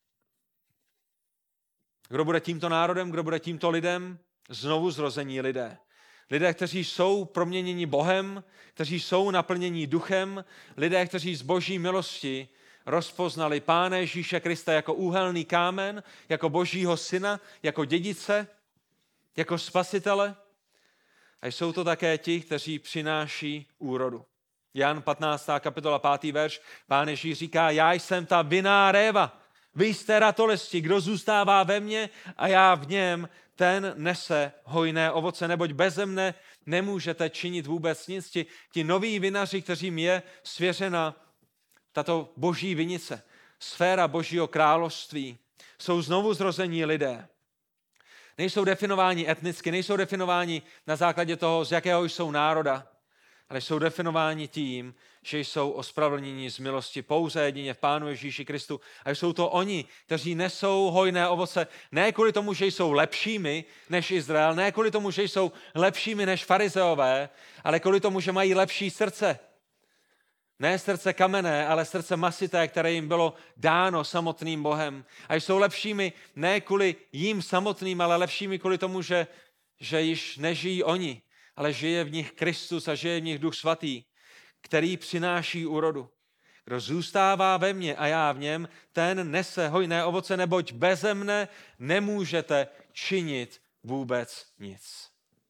Kdo bude tímto národem, kdo bude tímto lidem? Znovu zrození lidé. Lidé, kteří jsou proměněni Bohem, kteří jsou naplněni duchem, lidé, kteří z boží milosti rozpoznali Pána Ježíše Krista jako úhelný kámen, jako božího syna, jako dědice, jako spasitele. A jsou to také ti, kteří přináší úrodu. Jan patnáctá kapitola pátý verš, Pán Ježíš říká, já jsem ta vinná réva, vy jste ratolesti, kdo zůstává ve mně a já v něm, ten nese hojné ovoce, neboť beze mne nemůžete činit vůbec nic. Ti, ti noví vinaři, kteřím je svěřena tato boží vinice, sféra božího království, jsou znovu zrození lidé. Nejsou definováni etnicky, nejsou definováni na základě toho, z jakého jsou národa, ale jsou definováni tím, že jsou ospravedlněni z milosti pouze jedině v Pánu Ježíši Kristu. A jsou to oni, kteří nesou hojné ovoce, ne kvůli tomu, že jsou lepšími než Izrael, ne kvůli tomu, že jsou lepšími než farizeové, ale kvůli tomu, že mají lepší srdce. Ne srdce kamenné, ale srdce masité, které jim bylo dáno samotným Bohem. A jsou lepšími ne kvůli jim samotným, ale lepšími kvůli tomu, že, že již nežijí oni, ale žije v nich Kristus a žije v nich Duch Svatý, který přináší úrodu. Kdo zůstává ve mně a já v něm, ten nese hojné ovoce, neboť beze mne nemůžete činit vůbec nic.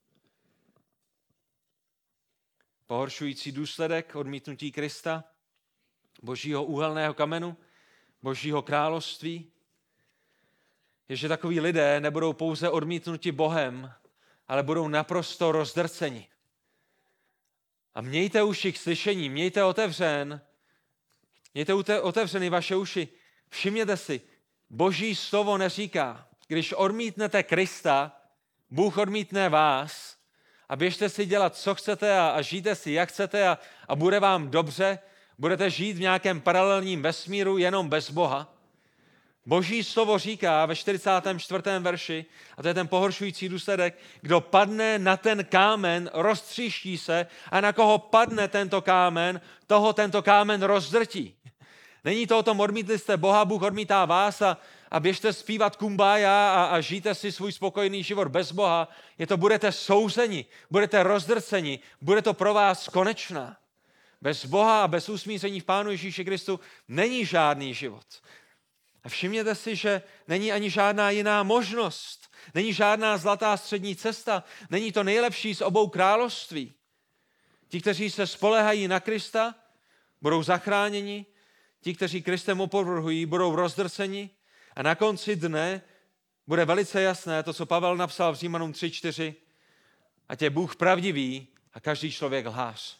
Pohoršující důsledek odmítnutí Krista, božího úhelného kamenu, božího království, je, že takoví lidé nebudou pouze odmítnuti Bohem, ale budou naprosto rozdrceni. A mějte uši k slyšení, mějte otevřen, mějte otevřeny vaše uši. Všimněte si, boží slovo neříká, když odmítnete Krista, Bůh odmítne vás a běžte si dělat, co chcete a, a žijte si, jak chcete a, a bude vám dobře, budete žít v nějakém paralelním vesmíru jenom bez Boha. Boží slovo říká ve čtyřicátém čtvrtém verši, a to je ten pohoršující důsledek, kdo padne na ten kámen, roztříští se a na koho padne tento kámen, toho tento kámen rozdrtí. Není to o tom, odmítli jste Boha, Bůh odmítá vás a, a běžte zpívat kumbája a, a žijte si svůj spokojený život bez Boha. Je to, budete souzeni, budete rozdrceni, bude to pro vás konečná. Bez Boha a bez usmíření v Pánu Ježíši Kristu není žádný život. A všimněte si, že není ani žádná jiná možnost, není žádná zlatá střední cesta, není to nejlepší z obou království. Ti, kteří se spoléhají na Krista, budou zachráněni, ti, kteří Kristem opovrhují, budou rozdrceni a na konci dne bude velice jasné to, co Pavel napsal v Římanům tři čtyři, ať je Bůh pravdivý a každý člověk lhář.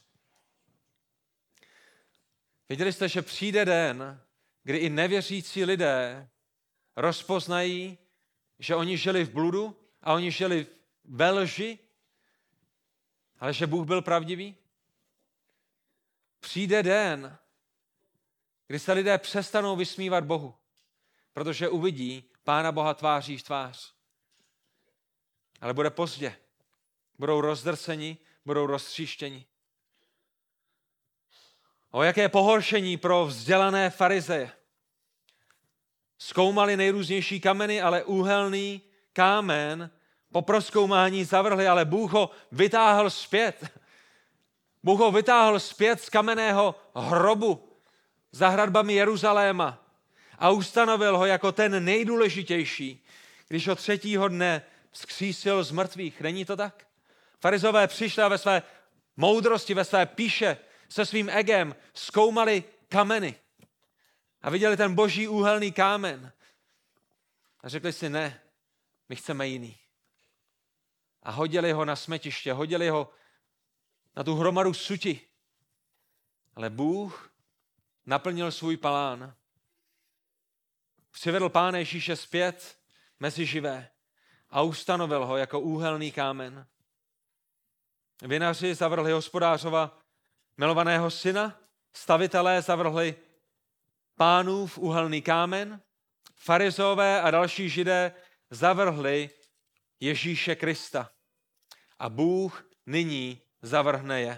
Viděli jste, že přijde den, kdy i nevěřící lidé rozpoznají, že oni žili v bludu a oni žili ve lži, ale že Bůh byl pravdivý? Přijde den, kdy se lidé přestanou vysmívat Bohu, protože uvidí Pána Boha tváří v tvář. Ale bude pozdě. Budou rozdrceni, budou roztříštěni. O jaké pohoršení pro vzdělané farizeje. Zkoumali nejrůznější kameny, ale úhelný kámen po prozkoumání zavrhli, ale Bůh ho vytáhl zpět. Bůh ho vytáhl zpět z kamenného hrobu za hradbami Jeruzaléma a ustanovil ho jako ten nejdůležitější, když ho třetího dne vzkřísil z mrtvých. Není to tak? Farizové přišli a ve své moudrosti, ve své píše, se svým egem zkoumali kameny a viděli ten boží úhelný kámen a řekli si ne, my chceme jiný. A hodili ho na smetiště, hodili ho na tu hromadu suti. Ale Bůh naplnil svůj plán. Přivedl Pána Ježíše zpět mezi živé a ustanovil ho jako úhelný kámen. Vinaři zavrhli Hospodářova milovaného syna, stavitelé zavrhli Pánův úhelný kámen, farizové a další židé zavrhli Ježíše Krista. A Bůh nyní zavrhne je.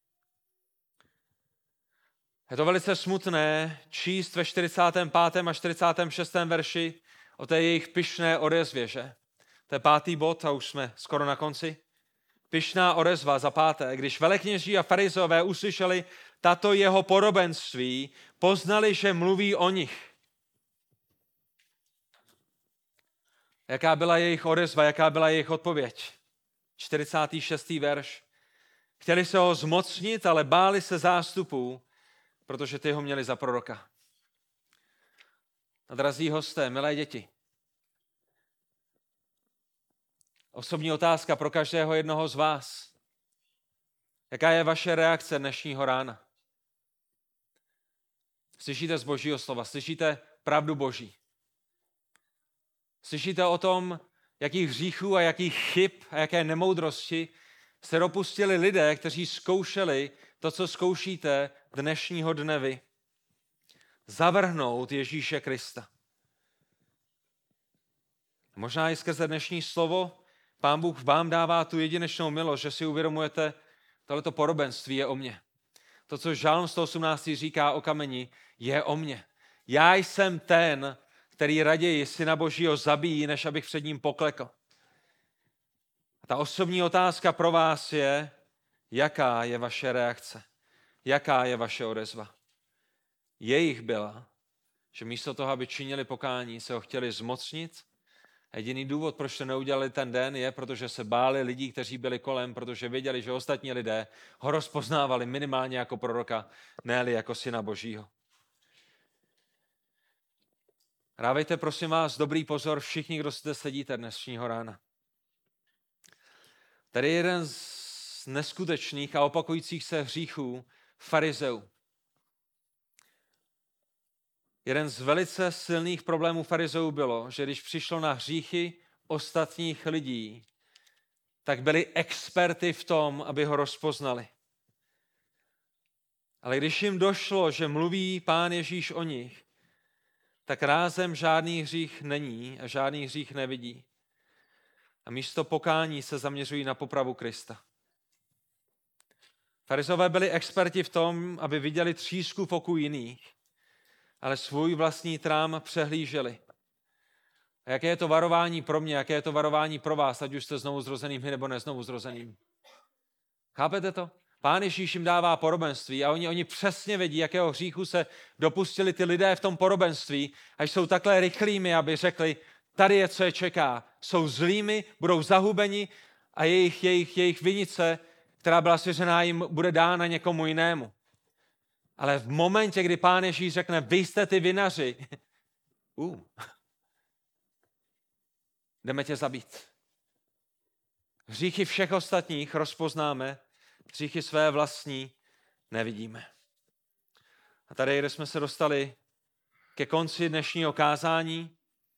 Je to velice smutné číst ve čtyřicátém pátém a čtyřicátém šestém verši o té jejich pyšné odezvě, že? To je pátý bod a už jsme skoro na konci. Pyšná odezva za páté. Když velekněží a farizové uslyšeli tato jeho podobenství, poznali, že mluví o nich. Jaká byla jejich odezva, jaká byla jejich odpověď? čtyřicátý šestý verš. Chtěli se ho zmocnit, ale báli se zástupů, protože ty ho měli za proroka. A drazí hosté, milé děti, osobní otázka pro každého jednoho z vás. Jaká je vaše reakce dnešního rána? Slyšíte z Božího slova, slyšíte pravdu Boží. Slyšíte o tom, jakých hříchů a jakých chyb a jaké nemoudrosti se dopustili lidé, kteří zkoušeli to, co zkoušíte dnešního dne vy. Zavrhnout Ježíše Krista. Možná i skrze dnešní slovo Pán Bůh vám dává tu jedinečnou milost, že si uvědomujete, tohleto podobenství je o mně. To, co Žalm sto osmnáct říká o kameni, je o mně. Já jsem ten, který raději Syna Božího zabíjí, než abych před ním poklekl. A ta osobní otázka pro vás je, jaká je vaše reakce, jaká je vaše odezva. Jejich byla, že místo toho, aby činili pokání, se ho chtěli zmocnit. A jediný důvod, proč to neudělali ten den, je, protože se báli lidí, kteří byli kolem, protože věděli, že ostatní lidé ho rozpoznávali minimálně jako proroka, ne-li jako Syna Božího. Dávejte, prosím vás, dobrý pozor všichni, kdo zde sedíte dnešního rána. Tady je jeden z neskutečných a opakujících se hříchů farizeů. Jeden z velice silných problémů farizeů bylo, že když přišlo na hříchy ostatních lidí, tak byli experty v tom, aby ho rozpoznali. Ale když jim došlo, že mluví Pán Ježíš o nich, tak rázem žádný hřích není a žádný hřích nevidí. A místo pokání se zaměřují na popravu Krista. Farizové byli experti v tom, aby viděli třísku v oku jiných, ale svůj vlastní trám přehlíželi. A jaké je to varování pro mě, jaké je to varování pro vás, ať už jste znovu zrozenými nebo neznovu zrozenými. Chápete to? Pán Ježíš jim dává podobenství a oni, oni přesně vědí, jakého hříchu se dopustili ty lidé v tom podobenství, až jsou takhle rychlými, aby řekli, tady je, co je čeká. Jsou zlými, budou zahubeni a jejich, jejich, jejich vinice, která byla svěřená jim, bude dána někomu jinému. Ale v momentě, kdy Pán Ježíš řekne, vy jste ty vinaři, uh, jdeme tě zabít. Hříchy všech ostatních rozpoznáme, hříchy své vlastní nevidíme. A tady, kde jsme se dostali ke konci dnešního kázání,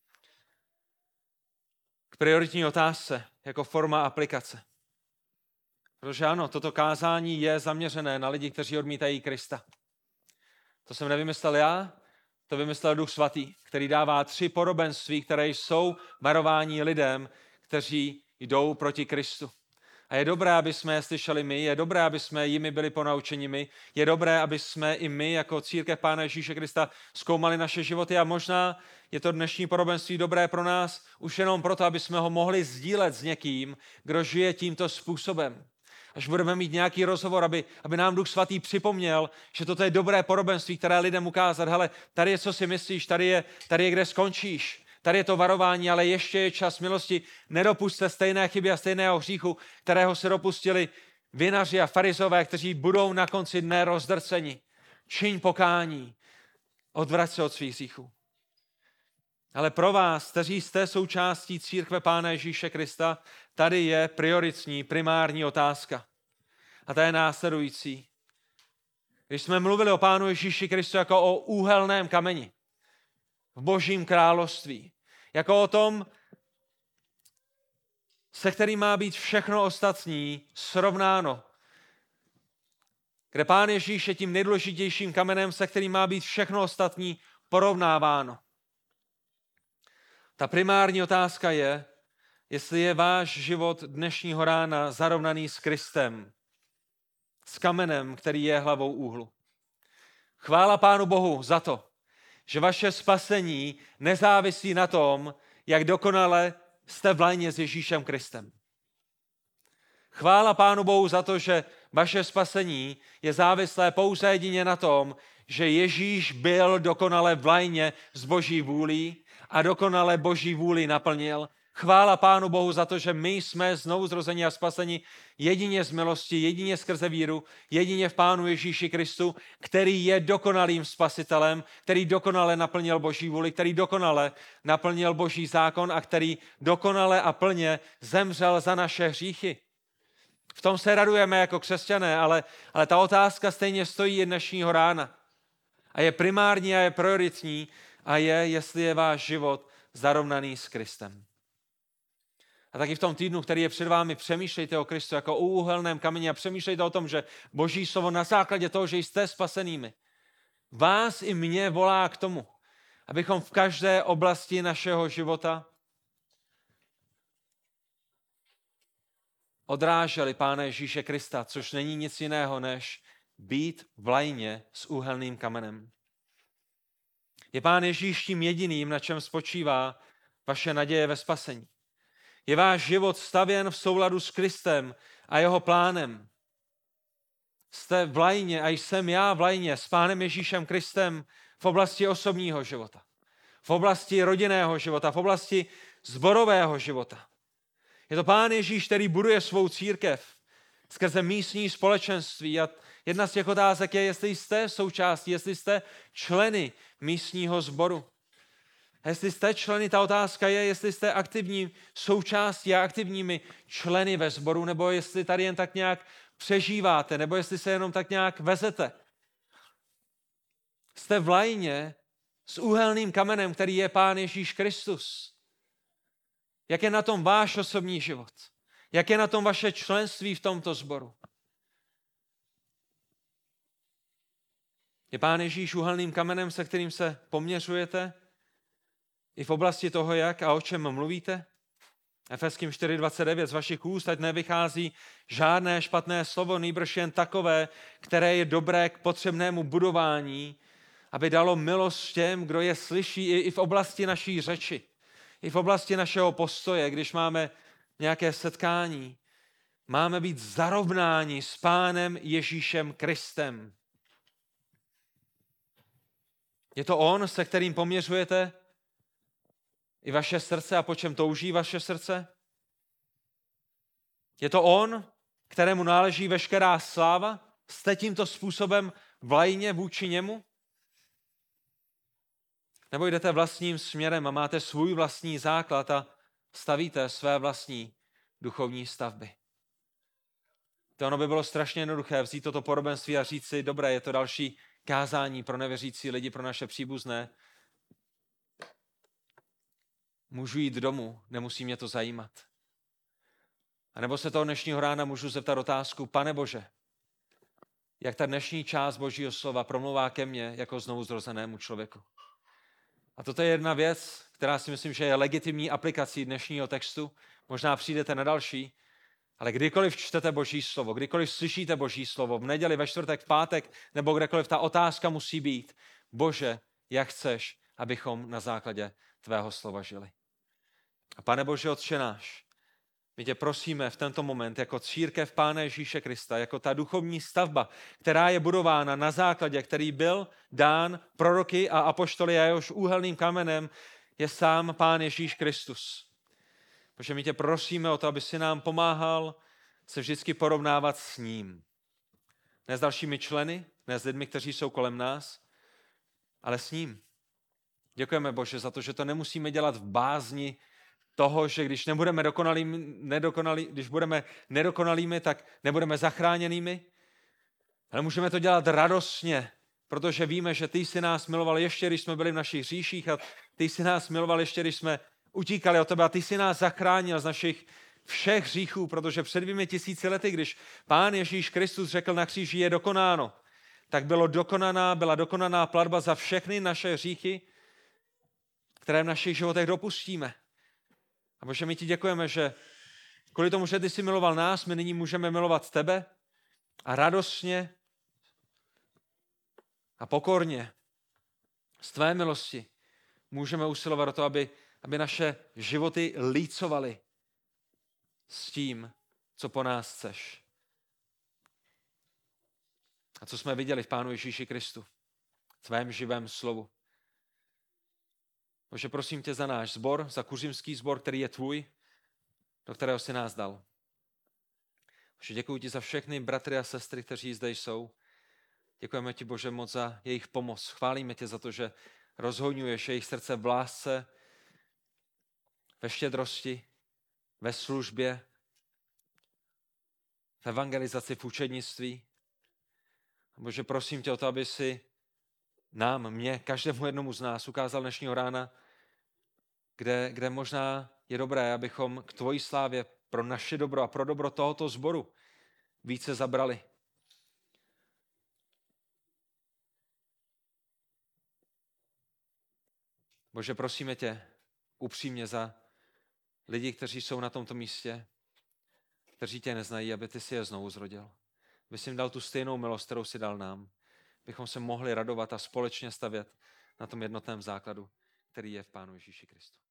k prioritní otázce jako forma aplikace. Protože ano, toto kázání je zaměřené na lidi, kteří odmítají Krista. To jsem nevymyslel já, to vymyslel Duch Svatý, který dává tři podobenství, které jsou varování lidem, kteří jdou proti Kristu. A je dobré, aby jsme je slyšeli my, je dobré, aby jsme jimi byli ponaučeni my, je dobré, aby jsme i my jako církev Pána Ježíše Krista zkoumali naše životy a možná je to dnešní podobenství dobré pro nás už jenom proto, aby jsme ho mohli sdílet s někým, kdo žije tímto způsobem. Až budeme mít nějaký rozhovor, aby, aby nám Duch Svatý připomněl, že toto je dobré podobenství, které lidem ukázat. Hele, tady je, co si myslíš, tady je, tady je, kde skončíš. Tady je to varování, ale ještě je čas milosti. Nedopuste stejné chyby a stejného hříchu, kterého se dopustili vinaři a farizové, kteří budou na konci dne rozdrceni. Čiň pokání, odvrať se od svých hříchů. Ale pro vás, kteří jste součástí církve Pána Ježíše Krista, tady je prioritní, primární otázka. A ta je následující. Když jsme mluvili o Pánu Ježíši Kristu jako o úhelném kameni v Božím království, jako o tom, se kterým má být všechno ostatní srovnáno, kde Pán Ježíš je tím nejdůležitějším kamenem, se kterým má být všechno ostatní porovnáváno. Ta primární otázka je, jestli je váš život dnešního rána zarovnaný s Kristem, s kamenem, který je hlavou úhlu. Chvála Pánu Bohu za to, že vaše spasení nezávisí na tom, jak dokonale jste v lajně s Ježíšem Kristem. Chvála Pánu Bohu za to, že vaše spasení je závislé pouze jedině na tom, že Ježíš byl dokonale v lajně s Boží vůlí a dokonale Boží vůli naplnil. Chvála Pánu Bohu za to, že my jsme znovu zrozeni a spaseni jedině z milosti, jedině skrze víru, jedině v Pánu Ježíši Kristu, který je dokonalým spasitelem, který dokonale naplnil Boží vůli, který dokonale naplnil Boží zákon a který dokonale a plně zemřel za naše hříchy. V tom se radujeme jako křesťané, ale, ale ta otázka stejně stojí i dnešního rána. A je primární a je prioritní a je, jestli je váš život zarovnaný s Kristem. A taky v tom týdnu, který je před vámi, přemýšlejte o Kristu jako o úhelném kameni a přemýšlejte o tom, že Boží slovo na základě toho, že jste spasenými, vás i mě volá k tomu, abychom v každé oblasti našeho života odráželi Pána Ježíše Krista, což není nic jiného, než být v lajně s úhelným kamenem. Je Pán Ježíš tím jediným, na čem spočívá vaše naděje ve spasení. Je váš život stavěn v souladu s Kristem a jeho plánem. Jste v lajně a jsem já v lajně s Pánem Ježíšem Kristem v oblasti osobního života, v oblasti rodinného života, v oblasti sborového života. Je to Pán Ježíš, který buduje svou církev skrze místní společenství a jedna z těch otázek je, jestli jste součástí, jestli jste členy místního sboru. A jestli jste členy, ta otázka je, jestli jste aktivní součástí a aktivními členy ve sboru, nebo jestli tady jen tak nějak přežíváte, nebo jestli se jenom tak nějak vezete. Jste v lajně s úhelným kamenem, který je Pán Ježíš Kristus. Jak je na tom váš osobní život? Jak je na tom vaše členství v tomto sboru? Je Pán Ježíš úhelným kamenem, se kterým se poměřujete? I v oblasti toho, jak a o čem mluvíte? Efeským čtyři dvacet devět, z vašich úst ať nevychází žádné špatné slovo, nýbrž jen takové, které je dobré k potřebnému budování, aby dalo milost těm, kdo je slyší i v oblasti naší řeči, i v oblasti našeho postoje, když máme nějaké setkání. Máme být zarovnáni s Pánem Ježíšem Kristem. Je to on, se kterým poměřujete i vaše srdce a po čem touží vaše srdce? Je to on, kterému náleží veškerá sláva? Jste tímto způsobem v lajně vůči němu? Nebo jdete vlastním směrem a máte svůj vlastní základ a stavíte své vlastní duchovní stavby? To ono by bylo strašně jednoduché vzít toto podobenství a říct si, dobré, je to další kázání pro nevěřící lidi, pro naše příbuzné. Můžu jít domů, nemusí mě to zajímat. A nebo se toho dnešního rána můžu zeptat otázku, Pane Bože, jak ta dnešní část Božího slova promluvá ke mně jako znovu zrozenému člověku. A toto je jedna věc, která si myslím, že je legitimní aplikací dnešního textu. Možná přijdete na další, ale kdykoliv čtete Boží slovo, kdykoliv slyšíte Boží slovo, v neděli, ve čtvrtek, v pátek, nebo kdekoliv, ta otázka musí být, Bože, jak chceš, abychom na základě tvého slova žili. A Pane Bože, Otče náš, my tě prosíme v tento moment jako církev Pána Ježíše Krista, jako ta duchovní stavba, která je budována na základě, který byl dán proroky a apoštoly a jehož úhelným kamenem je sám Pán Ježíš Kristus. Bože, my tě prosíme o to, aby si nám pomáhal se vždycky porovnávat s ním. Ne s dalšími členy, ne s lidmi, kteří jsou kolem nás, ale s ním. Děkujeme, Bože, za to, že to nemusíme dělat v bázni toho, že když nebudeme dokonalými, nedokonalí, když budeme nedokonalými, tak nebudeme zachráněnými. Ale můžeme to dělat radostně, protože víme, že ty jsi nás miloval ještě, když jsme byli v našich hříších a ty jsi nás miloval ještě, když jsme utíkali od tebe a ty jsi nás zachránil z našich všech hříchů, protože před dvěmi tisíci lety, když Pán Ježíš Kristus řekl na kříži je dokonáno, tak bylo dokonaná, byla dokonaná platba za všechny naše hříchy, které v našich životech dopustíme. A Bože, my ti děkujeme, že kvůli tomu, že ty jsi miloval nás, my nyní můžeme milovat tebe a radostně a pokorně z tvé milosti můžeme usilovat o to, aby, aby naše životy lícovaly s tím, co po nás chceš. A co jsme viděli v Pánu Ježíši Kristu, v tvém živém slovu. Bože, prosím tě za náš sbor, za kuřimský sbor, který je tvůj, do kterého jsi nás dal. Bože, děkuji ti za všechny bratry a sestry, kteří zde jsou. Děkujeme ti, Bože, moc za jejich pomoc. Chválíme tě za to, že rozhojňuješ jejich srdce v lásce, ve štědrosti, ve službě, v evangelizaci, v učednictví. Bože, prosím tě o to, aby si nám, mě, každému jednomu z nás ukázal dnešního rána, kde, kde možná je dobré, abychom k tvojí slávě pro naše dobro a pro dobro tohoto sboru více zabrali. Bože, prosíme tě upřímně za lidi, kteří jsou na tomto místě, kteří tě neznají, aby ty si je znovu zrodil. Aby jsi jim dal tu stejnou milost, kterou si dal nám. Bychom se mohli radovat a společně stavět na tom jednotném základu, který je v Pánu Ježíši Kristu.